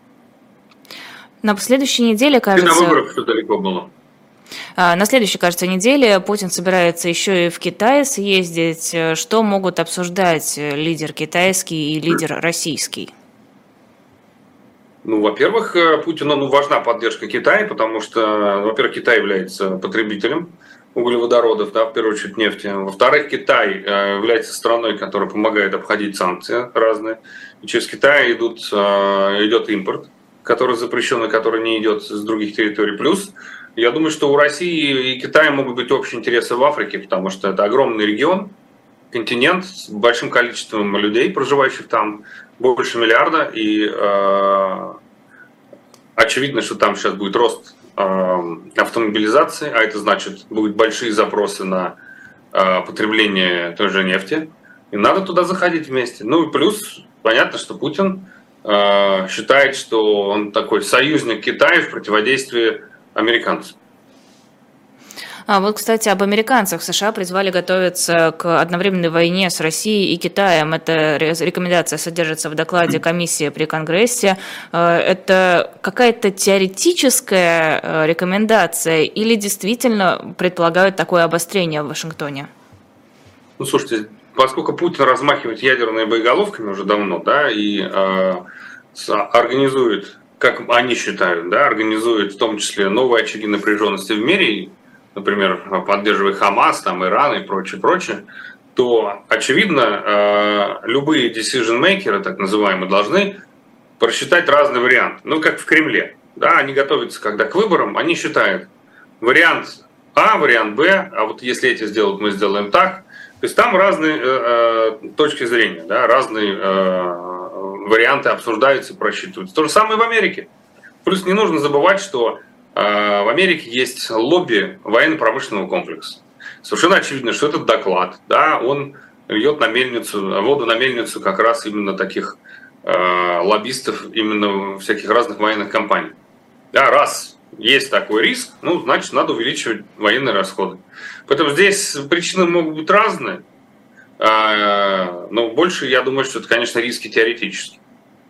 Speaker 2: На следующей неделе, кажется...
Speaker 3: И на выборах все далеко было.
Speaker 2: На следующей, кажется, неделе Путин собирается еще и в Китай съездить. Что могут обсуждать лидер китайский и лидер российский?
Speaker 3: Во-первых, Путину важна поддержка Китая, потому что, во-первых, Китай является потребителем углеводородов, да, в первую очередь нефти. Во-вторых, Китай является страной, которая помогает обходить санкции разные. И через Китай идет импорт, который запрещен и который не идет с других территорий. Плюс я думаю, что у России и Китая могут быть общие интересы в Африке, потому что это огромный регион, континент с большим количеством людей, проживающих там, больше миллиарда. И очевидно, что там сейчас будет рост автомобилизации, а это значит, будут большие запросы на потребление той же нефти. И надо туда заходить вместе. И плюс, понятно, что Путин считает, что он такой союзник Китая в противодействии американцам.
Speaker 2: Вот, кстати, об американцах. США призвали готовиться к одновременной войне с Россией и Китаем. Эта рекомендация содержится в докладе комиссии при Конгрессе. Это какая-то теоретическая рекомендация или действительно предполагают такое обострение в Вашингтоне?
Speaker 3: Слушайте, поскольку Путин размахивает ядерными боеголовками уже давно, да, и организует, как они считают, да, организует в том числе новые очаги напряженности в мире, например, поддерживая Хамас, там, Иран и прочее, то, очевидно, любые decision-makers, так называемые, должны просчитать разные варианты. Как в Кремле. Да, они готовятся, когда к выборам, они считают вариант А, вариант Б, а вот если эти сделают, мы сделаем так. То есть там разные точки зрения, да, разные варианты обсуждаются и просчитываются. То же самое в Америке. Плюс не нужно забывать, что в Америке есть лобби военно-промышленного комплекса. Совершенно очевидно, что этот доклад, да, он льет воду на мельницу как раз именно таких лоббистов, именно всяких разных военных компаний. Да, раз есть такой риск, значит, надо увеличивать военные расходы. Поэтому здесь причины могут быть разные, но больше, я думаю, что это, конечно, риски теоретические.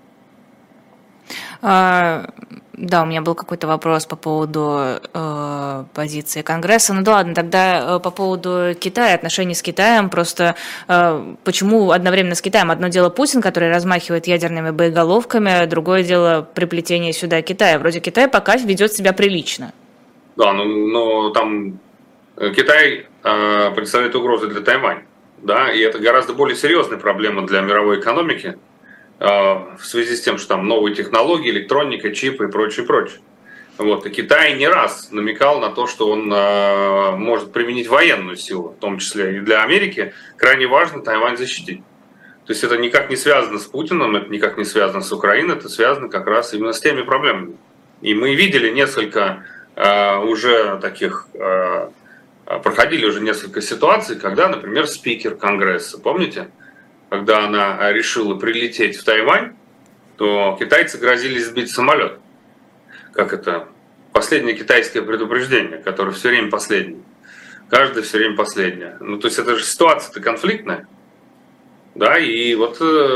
Speaker 2: Да, у меня был какой-то вопрос по поводу позиции Конгресса. Да ладно, тогда по поводу Китая, отношений с Китаем. Просто почему одновременно с Китаем? Одно дело Путин, который размахивает ядерными боеголовками, другое дело приплетение сюда Китая. Вроде Китай пока ведет себя прилично.
Speaker 3: Да, но там Китай представляет угрозу для Тайваня, да, и это гораздо более серьезная проблема для мировой экономики в связи с тем, что там новые технологии, электроника, чипы и прочее, прочее. Вот. И Китай не раз намекал на то, что он может применить военную силу, в том числе и для Америки. Крайне важно Тайвань защитить. То есть это никак не связано с Путиным, это никак не связано с Украиной, это связано как раз именно с теми проблемами. И мы видели несколько уже таких, проходили уже несколько ситуаций, когда, например, спикер Конгресса, помните, когда она решила прилететь в Тайвань, то китайцы грозились сбить самолет. Как это? Последнее китайское предупреждение, которое все время последнее. Каждое все время последнее. Ну, то есть это же ситуация-то конфликтная. Да, и вот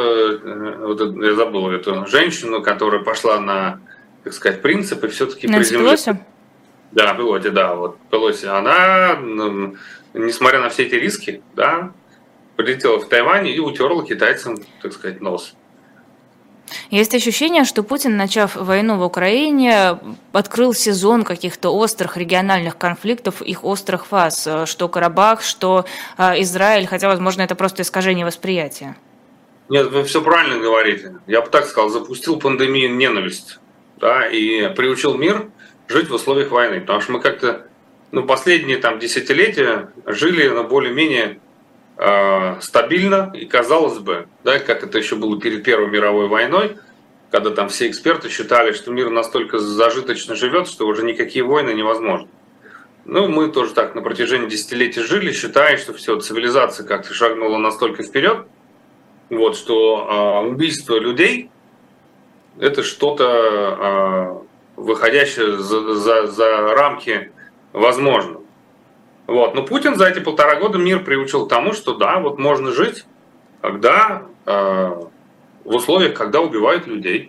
Speaker 3: я забыл эту женщину, которая пошла на, так сказать, принципы, все-таки
Speaker 2: приземлилась.
Speaker 3: Да, Пелоси, да, вот Пелоси. Она, несмотря на все эти риски, да, прилетела в Тайвань и утерла китайцам, так сказать, нос.
Speaker 2: Есть ощущение, что Путин, начав войну в Украине, открыл сезон каких-то острых региональных конфликтов, их острых фаз, что Карабах, что Израиль, хотя, возможно, это просто искажение восприятия.
Speaker 3: Нет, вы все правильно говорите. Я бы так сказал, запустил пандемию ненависти, да, и приучил мир жить в условиях войны, потому что мы как-то, последние там десятилетия жили на более-менее стабильно, и казалось бы, да, как это еще было перед Первой мировой войной, когда там все эксперты считали, что мир настолько зажиточно живет, что уже никакие войны невозможны. Мы тоже так на протяжении десятилетий жили, считая, что все, цивилизация как-то шагнула настолько вперед, вот, что убийство людей – это что-то выходящее за рамки возможного. Вот. Но Путин за эти 1,5 года мир приучил к тому, что да, вот можно жить, когда в условиях, когда убивают людей.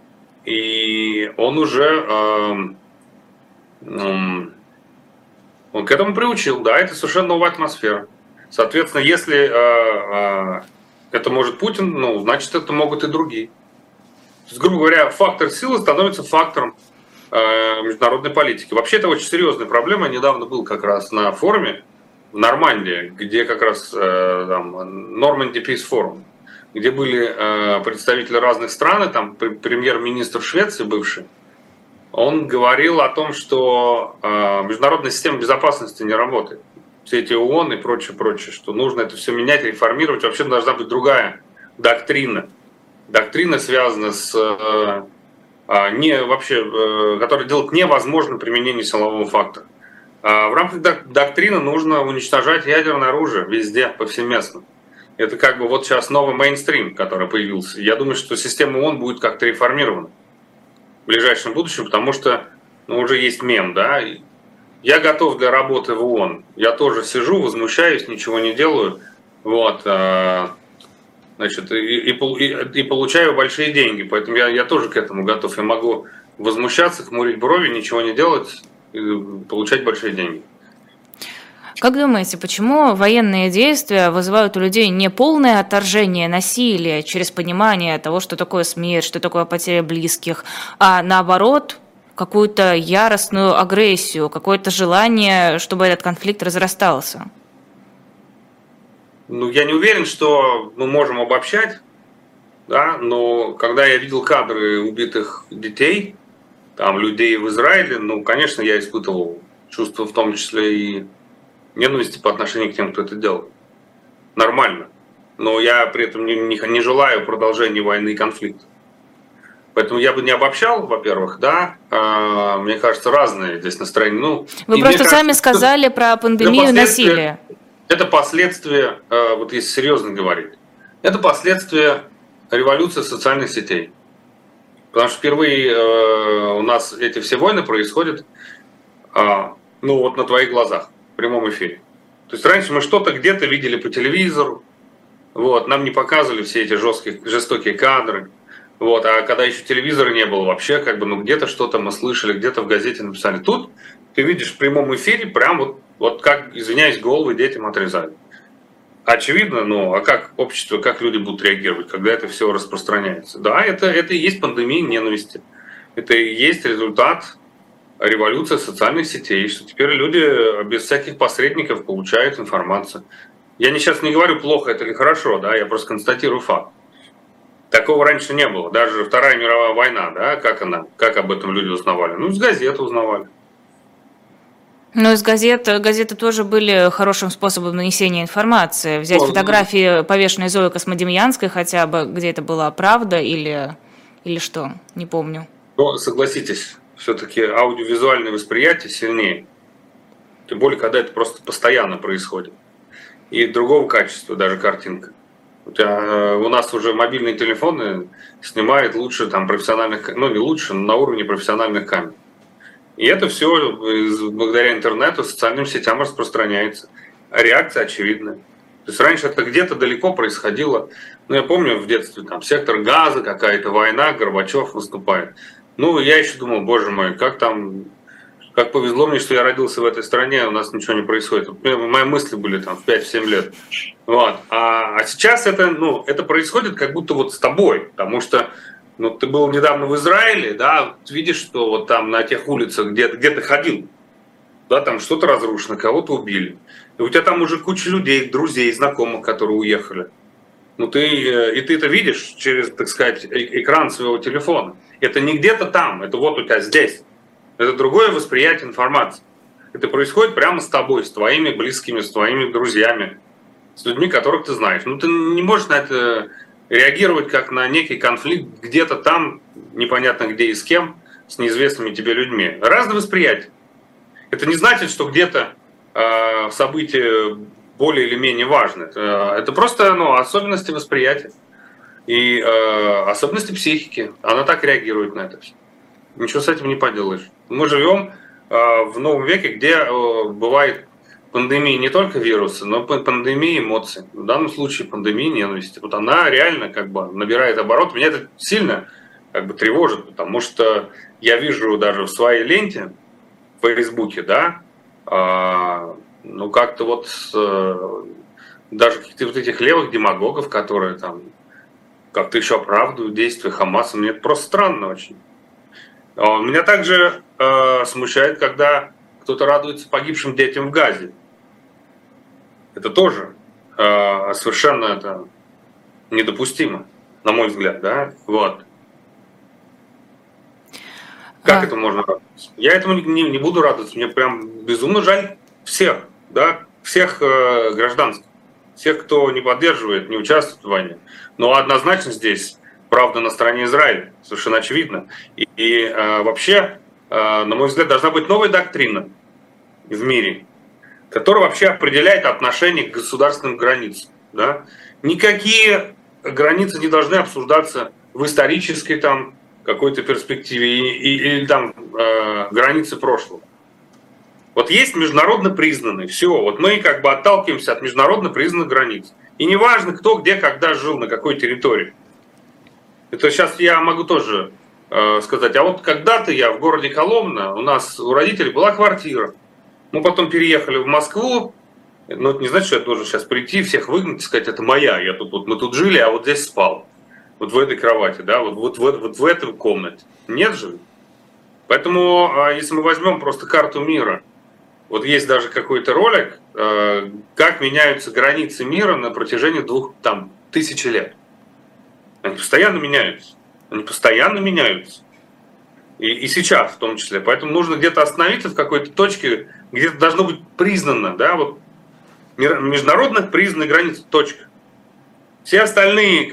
Speaker 3: И он уже он к этому приучил, да, это совершенно новая атмосфера. Соответственно, если это может Путин, значит, это могут и другие. То есть, грубо говоря, фактор силы становится фактором международной политики. Вообще, это очень серьезная проблема. Я недавно был как раз на форуме в Нормандии, где как раз Normandy Peace Forum, где были представители разных стран, там премьер-министр Швеции бывший, он говорил о том, что международная система безопасности не работает. Все эти ООН и прочее, что нужно это все менять, реформировать. Вообще должна быть другая доктрина. Доктрина связана с которая делает невозможным применение силового фактора. В рамках доктрины нужно уничтожать ядерное оружие везде, повсеместно. Это как бы вот сейчас новый мейнстрим, который появился. Я думаю, что система ООН будет как-то реформирована в ближайшем будущем, потому что уже есть мем, да. Я готов для работы в ООН. Я тоже сижу, возмущаюсь, ничего не делаю. Вот. Значит, и получаю большие деньги, поэтому я тоже к этому готов. Я могу возмущаться, хмурить брови, ничего не делать, и получать большие деньги.
Speaker 2: Как думаете, почему военные действия вызывают у людей не полное отторжение насилия через понимание того, что такое смерть, что такое потеря близких, а наоборот какую-то яростную агрессию, какое-то желание, чтобы этот конфликт разрастался?
Speaker 3: Я не уверен, что мы можем обобщать, да, но когда я видел кадры убитых детей, там, людей в Израиле, конечно, я испытывал чувство в том числе и ненависти по отношению к тем, кто это делал. Нормально. Но я при этом не желаю продолжения войны и конфликта. Поэтому я бы не обобщал, во-первых, да, мне кажется, разные здесь настроения.
Speaker 2: Вы просто сами сказали про пандемию насилия.
Speaker 3: Это последствия, вот если серьезно говорить, это последствия революции социальных сетей. Потому что впервые у нас эти все войны происходят на твоих глазах, в прямом эфире. То есть раньше мы что-то где-то видели по телевизору, нам не показывали все эти жестокие кадры. А когда еще телевизора не было вообще, где-то что-то мы слышали, где-то в газете написали. Тут ты видишь в прямом эфире прям вот как, извиняюсь, головы детям отрезали. Очевидно, а как общество, как люди будут реагировать, когда это все распространяется? Да, это и есть пандемия ненависти. Это и есть результат революция социальных сетей, что теперь люди без всяких посредников получают информацию. Я сейчас не говорю, плохо это или хорошо, да, я просто констатирую факт. Такого раньше не было. Даже Вторая мировая война, да, как об этом люди узнавали? Ну, из газет узнавали.
Speaker 2: Ну, из газеты тоже были хорошим способом нанесения информации. Взять фотографии, повешенные Зои Космодемьянской хотя бы, где это была правда или что, не помню.
Speaker 3: Но согласитесь, все-таки аудиовизуальное восприятие сильнее. Тем более, когда это просто постоянно происходит. И другого качества даже картинка. У нас уже мобильные телефоны снимают лучше там профессиональных, ну не лучше, но на уровне профессиональных камер. И это все благодаря интернету, социальным сетям распространяется. А реакция очевидная. То есть раньше это где-то далеко происходило. Ну, я помню в детстве, там, сектор Газа, какая-то война, Горбачев выступает. Ну, я еще думал, боже мой, как повезло мне, что я родился в этой стране, у нас ничего не происходит. Мои мысли были там в 5-7 лет. Вот. А сейчас это происходит как будто вот с тобой, потому что ты был недавно в Израиле, да, видишь, что вот там на тех улицах, где ты ходил, да, там что-то разрушено, кого-то убили. И у тебя там уже куча людей, друзей, знакомых, которые уехали. Ты это видишь через, так сказать, экран своего телефона. Это не где-то там, это вот у тебя здесь. Это другое восприятие информации. Это происходит прямо с тобой, с твоими близкими, с твоими друзьями, с людьми, которых ты знаешь. Ты не можешь на это реагировать как на некий конфликт где-то там, непонятно где и с кем, с неизвестными тебе людьми. Разное восприятие. Это не значит, что где-то события более или менее важны. Это просто особенности восприятия и особенности психики. Она так реагирует на это все. Ничего с этим не поделаешь. Мы живем в новом веке, где бывает пандемия не только вируса, но и пандемия эмоций. В данном случае пандемия ненависти. Вот она реально набирает оборот. Меня это сильно тревожит, потому что я вижу даже в своей ленте в Фейсбуке, да, даже каких-то вот этих левых демагогов, которые там как-то еще оправдывают действия Хамаса. Мне это просто странно очень. Меня также смущает, когда кто-то радуется погибшим детям в Газе. Это тоже совершенно недопустимо, на мой взгляд, да? Вот. Как это можно радоваться? Я этому не буду радоваться. Мне прям безумно жаль всех, да? Всех гражданских, всех, кто не поддерживает, не участвует в войне. Но однозначно здесь правда на стороне Израиля, совершенно очевидно. И вообще, на мой взгляд, должна быть новая доктрина в мире, которая вообще определяет отношение к государственным границам. Да? Никакие границы не должны обсуждаться в исторической какой-то перспективе или границы прошлого. Вот есть международно признанные, все, вот мы отталкиваемся от международно признанных границ. И неважно, кто, где, когда жил, на какой территории. Это сейчас я могу тоже сказать, а вот когда-то я в городе Коломна, у родителей была квартира. Мы потом переехали в Москву, но это не значит, что я должен сейчас прийти, всех выгнать и сказать, это моя, мы тут жили, а вот здесь спал. Вот в этой кровати, да, вот в этой комнате. Нет же. Поэтому, если мы возьмем просто карту мира, вот есть даже какой-то ролик, как меняются границы мира на протяжении 2000 лет. Они постоянно меняются. И сейчас в том числе. Поэтому нужно где-то остановиться в какой-то точке, где это должно быть признано, да, вот международно признанная граница, точка. Все остальные,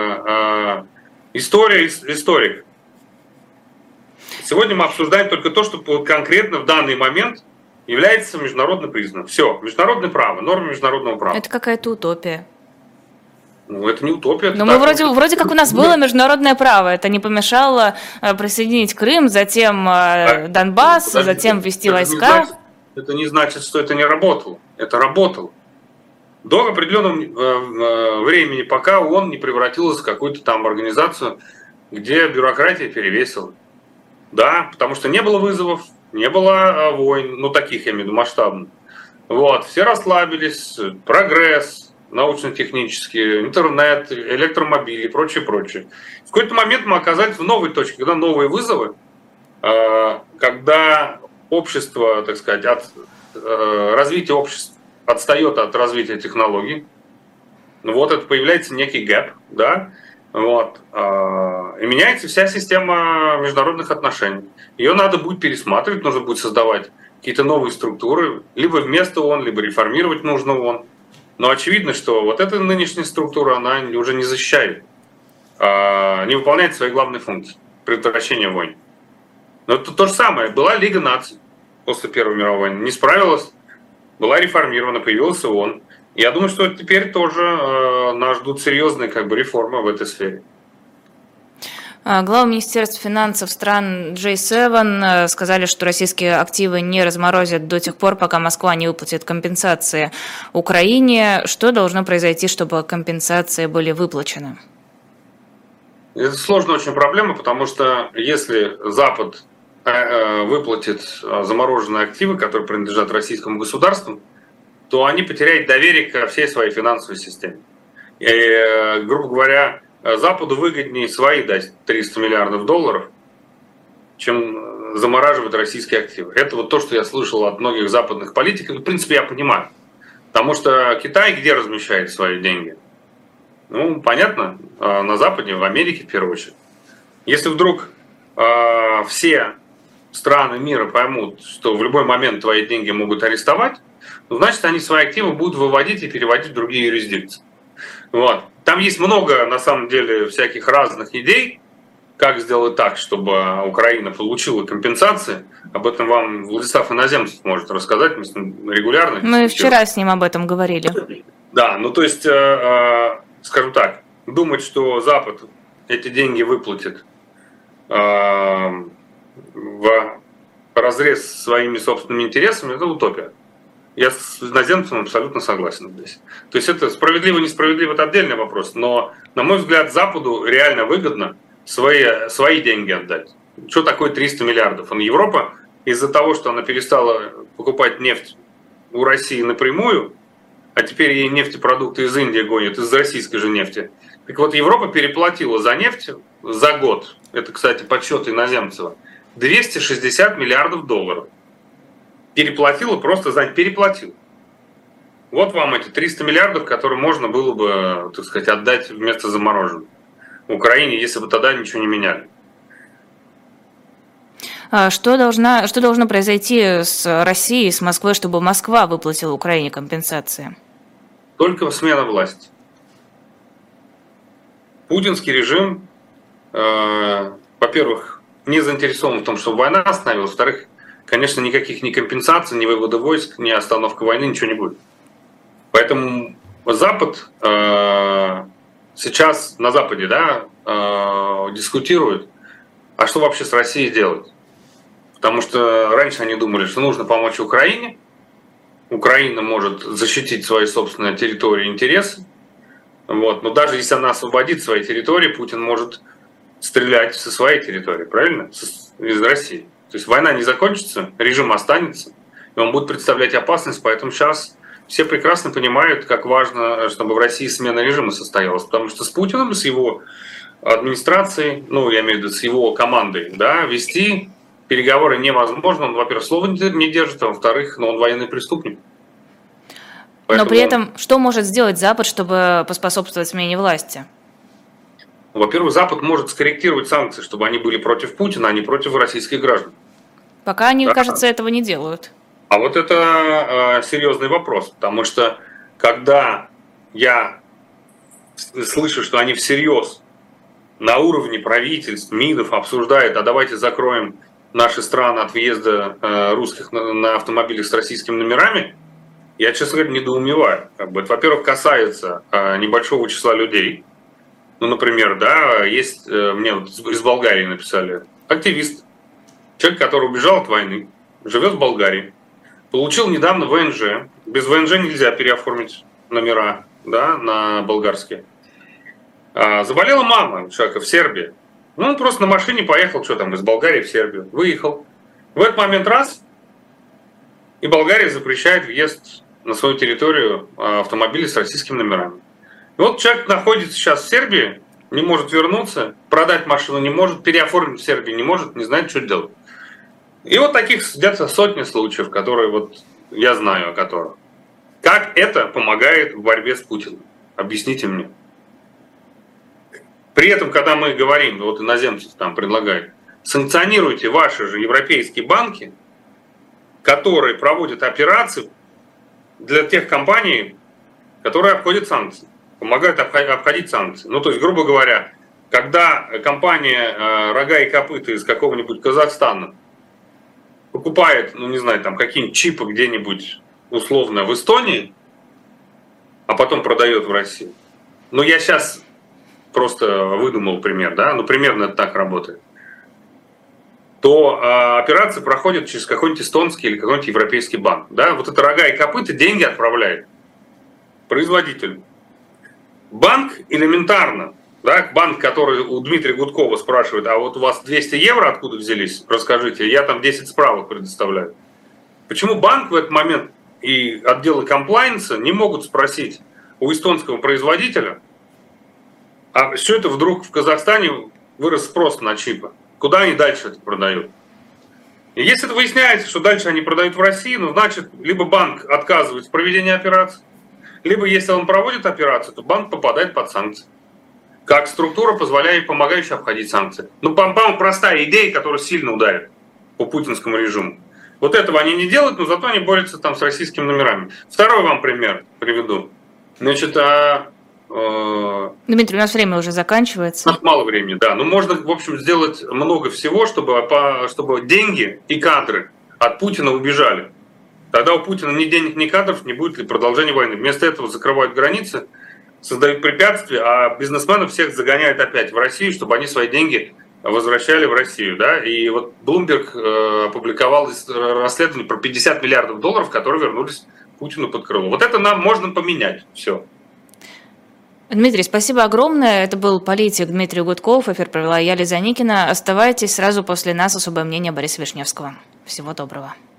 Speaker 3: историк. Сегодня мы обсуждаем только то, что конкретно в данный момент является международно признанным. Все, международное право, нормы международного права.
Speaker 2: Это какая-то утопия.
Speaker 3: Это не утопия.
Speaker 2: Но мы вроде как у нас было международное право. Это не помешало присоединить Крым, затем Донбасс, затем ввести войска.
Speaker 3: Это не значит, что это не работало. Это работало. До определенного времени, пока ООН не превратилась в какую-то организацию, где бюрократия перевесила. Да, потому что не было вызовов, не было войн, таких, я имею в виду, масштабных. Вот, все расслабились, прогресс научно-технический, интернет, электромобили и прочее. В какой-то момент мы оказались в новой точке, когда новые вызовы когда общество, так сказать, развитие общества отстает от развития технологий, вот это появляется некий гэп, да, вот, и меняется вся система международных отношений. Ее надо будет пересматривать, нужно будет создавать какие-то новые структуры, либо вместо ООН, либо реформировать нужно ООН. Но очевидно, что вот эта нынешняя структура, она уже не защищает, не выполняет свои главные функции – предотвращения войн. Но это то же самое. Была Лига наций после Первой мировой войны, не справилась, была реформирована, появился ООН. Я думаю, что теперь тоже нас ждут серьезные реформы в этой сфере.
Speaker 2: Глава Министерства финансов стран G7 сказали, что российские активы не разморозят до тех пор, пока Москва не выплатит компенсации Украине. Что должно произойти, чтобы компенсации были выплачены?
Speaker 3: Это сложная очень проблема, потому что если Запад выплатит замороженные активы, которые принадлежат российскому государству, то они потеряют доверие ко всей своей финансовой системе. И, грубо говоря, Западу выгоднее свои дать 300 миллиардов долларов, чем замораживать российские активы. Это вот то, что я слышал от многих западных политиков. В принципе, я понимаю. Потому что Китай где размещает свои деньги? Ну, понятно, на Западе, в Америке в первую очередь. Если вдруг все страны мира поймут, что в любой момент твои деньги могут арестовать, ну, значит, они свои активы будут выводить и переводить в другие юрисдикции. Вот. Там есть много, на самом деле, всяких разных идей, как сделать так, чтобы Украина получила компенсации. Об этом вам Владислав Иноземцев может рассказать, мы с ним регулярно
Speaker 2: дискутируем. Мы вчера с ним об этом говорили.
Speaker 3: Да, ну то есть, скажем так, думать, что Запад эти деньги выплатит в разрез со своими собственными интересами, это утопия. Я с Иноземцем абсолютно согласен здесь. То есть это справедливо-несправедливо, это отдельный вопрос, но, на мой взгляд, Западу реально выгодно свои деньги отдать. Что такое 300 миллиардов? Европа из-за того, что она перестала покупать нефть у России напрямую, а теперь ей нефтепродукты из Индии гонят, из российской же нефти. Так вот, Европа переплатила за нефть за год, это, кстати, подсчеты Иноземцева, 260 миллиардов долларов. Переплатила, просто переплатила. Вот вам эти 300 миллиардов, которые можно было бы, так сказать, отдать вместо замороженных Украине, если бы тогда ничего не меняли.
Speaker 2: Что должно произойти с Россией, с Москвой, чтобы Москва выплатила Украине компенсации?
Speaker 3: Только смена власти. Путинский режим, во-первых, не заинтересован в том, чтобы война остановилась, во-вторых, конечно, никаких ни компенсаций, ни вывода войск, ни остановка войны, ничего не будет. Поэтому Запад сейчас на Западе, дискутирует, а что вообще с Россией делать? Потому что раньше они думали, что нужно помочь Украине, Украина может защитить свои собственные территории и интересы, вот. Но даже если она освободит свои территории, Путин может стрелять со своей территории, правильно? Из России. То есть война не закончится, режим останется, и он будет представлять опасность, поэтому сейчас все прекрасно понимают, как важно, чтобы в России смена режима состоялась, потому что с Путиным, с его администрацией, я имею в виду с его командой, вести переговоры невозможно. Он, во-первых, слова не держит, а во-вторых, он военный преступник.
Speaker 2: Поэтому... Но при этом что может сделать Запад, чтобы поспособствовать смене власти?
Speaker 3: Во-первых, Запад может скорректировать санкции, чтобы они были против Путина, а не против российских граждан.
Speaker 2: Пока они, кажется, этого не делают.
Speaker 3: А вот это серьезный вопрос, потому что когда я слышу, что они всерьез на уровне правительств, МИДов обсуждают, а давайте закроем наши страны от въезда русских на автомобилях с российскими номерами, я, честно говоря, недоумеваю. Это, во-первых, касается небольшого числа людей. Ну, например, есть, мне из Болгарии написали, активист, человек, который убежал от войны, живет в Болгарии, получил недавно ВНЖ. Без ВНЖ нельзя переоформить номера на болгарские. Заболела мама человека в Сербии. Он просто на машине поехал, из Болгарии в Сербию. Выехал. В этот момент и Болгария запрещает въезд на свою территорию автомобилей с российскими номерами. И вот человек находится сейчас в Сербии, не может вернуться, продать машину не может, переоформить в Сербии не может, не знает, что делать. И вот таких где-то сотни случаев, которые вот я знаю о которых. Как это помогает в борьбе с Путиным? Объясните мне. При этом, когда мы говорим, вот иноземцы там предлагают, санкционируйте ваши же европейские банки, которые проводят операции для тех компаний, которые обходят санкции, помогают обходить санкции. Ну, то есть, грубо говоря, когда компания «Рога и копыта» из какого-нибудь Казахстана покупает, ну, не знаю, там какие-нибудь чипы где-нибудь условно в Эстонии, а потом продает в России. Ну, я сейчас просто выдумал пример, да, ну, примерно это так работает. То операция проходит через какой-нибудь эстонский или какой-нибудь европейский банк. Да? Вот это «Рога и копыта» деньги отправляет производителю. Банк элементарно, да, банк, который у Дмитрия Гудкова спрашивает, а вот у вас 200 евро откуда взялись, расскажите, я там 10 справок предоставляю. Почему банк в этот момент и отделы комплайенса не могут спросить у эстонского производителя, а все это вдруг в Казахстане вырос спрос на чипы? Куда они дальше это продают? И если это выясняется, что дальше они продают в России, ну, значит, либо банк отказывает в проведении операции, либо если он проводит операцию, то банк попадает под санкции. Как структура, помогающая обходить санкции. Ну, по-моему, простая идея, которая сильно ударит по путинскому режиму. Вот этого они не делают, но зато они борются там с российскими номерами. Второй вам пример приведу. Значит,
Speaker 2: Дмитрий, у нас время уже заканчивается.
Speaker 3: У нас мало времени, да. Но можно, в общем, сделать много всего, чтобы деньги и кадры от Путина убежали. Тогда у Путина ни денег, ни кадров не будет ли продолжения войны. Вместо этого закрывают границы, создают препятствия, а бизнесменов всех загоняют опять в Россию, чтобы они свои деньги возвращали в Россию. Да? И вот Bloomberg опубликовал расследование про 50 миллиардов долларов, которые вернулись Путину под крыло. Вот это нам можно поменять. Все.
Speaker 2: Дмитрий, спасибо огромное. Это был политик Дмитрий Гудков. Эфир провела я, Лиза Никина. Оставайтесь, сразу после нас особое мнение Бориса Вишневского. Всего доброго.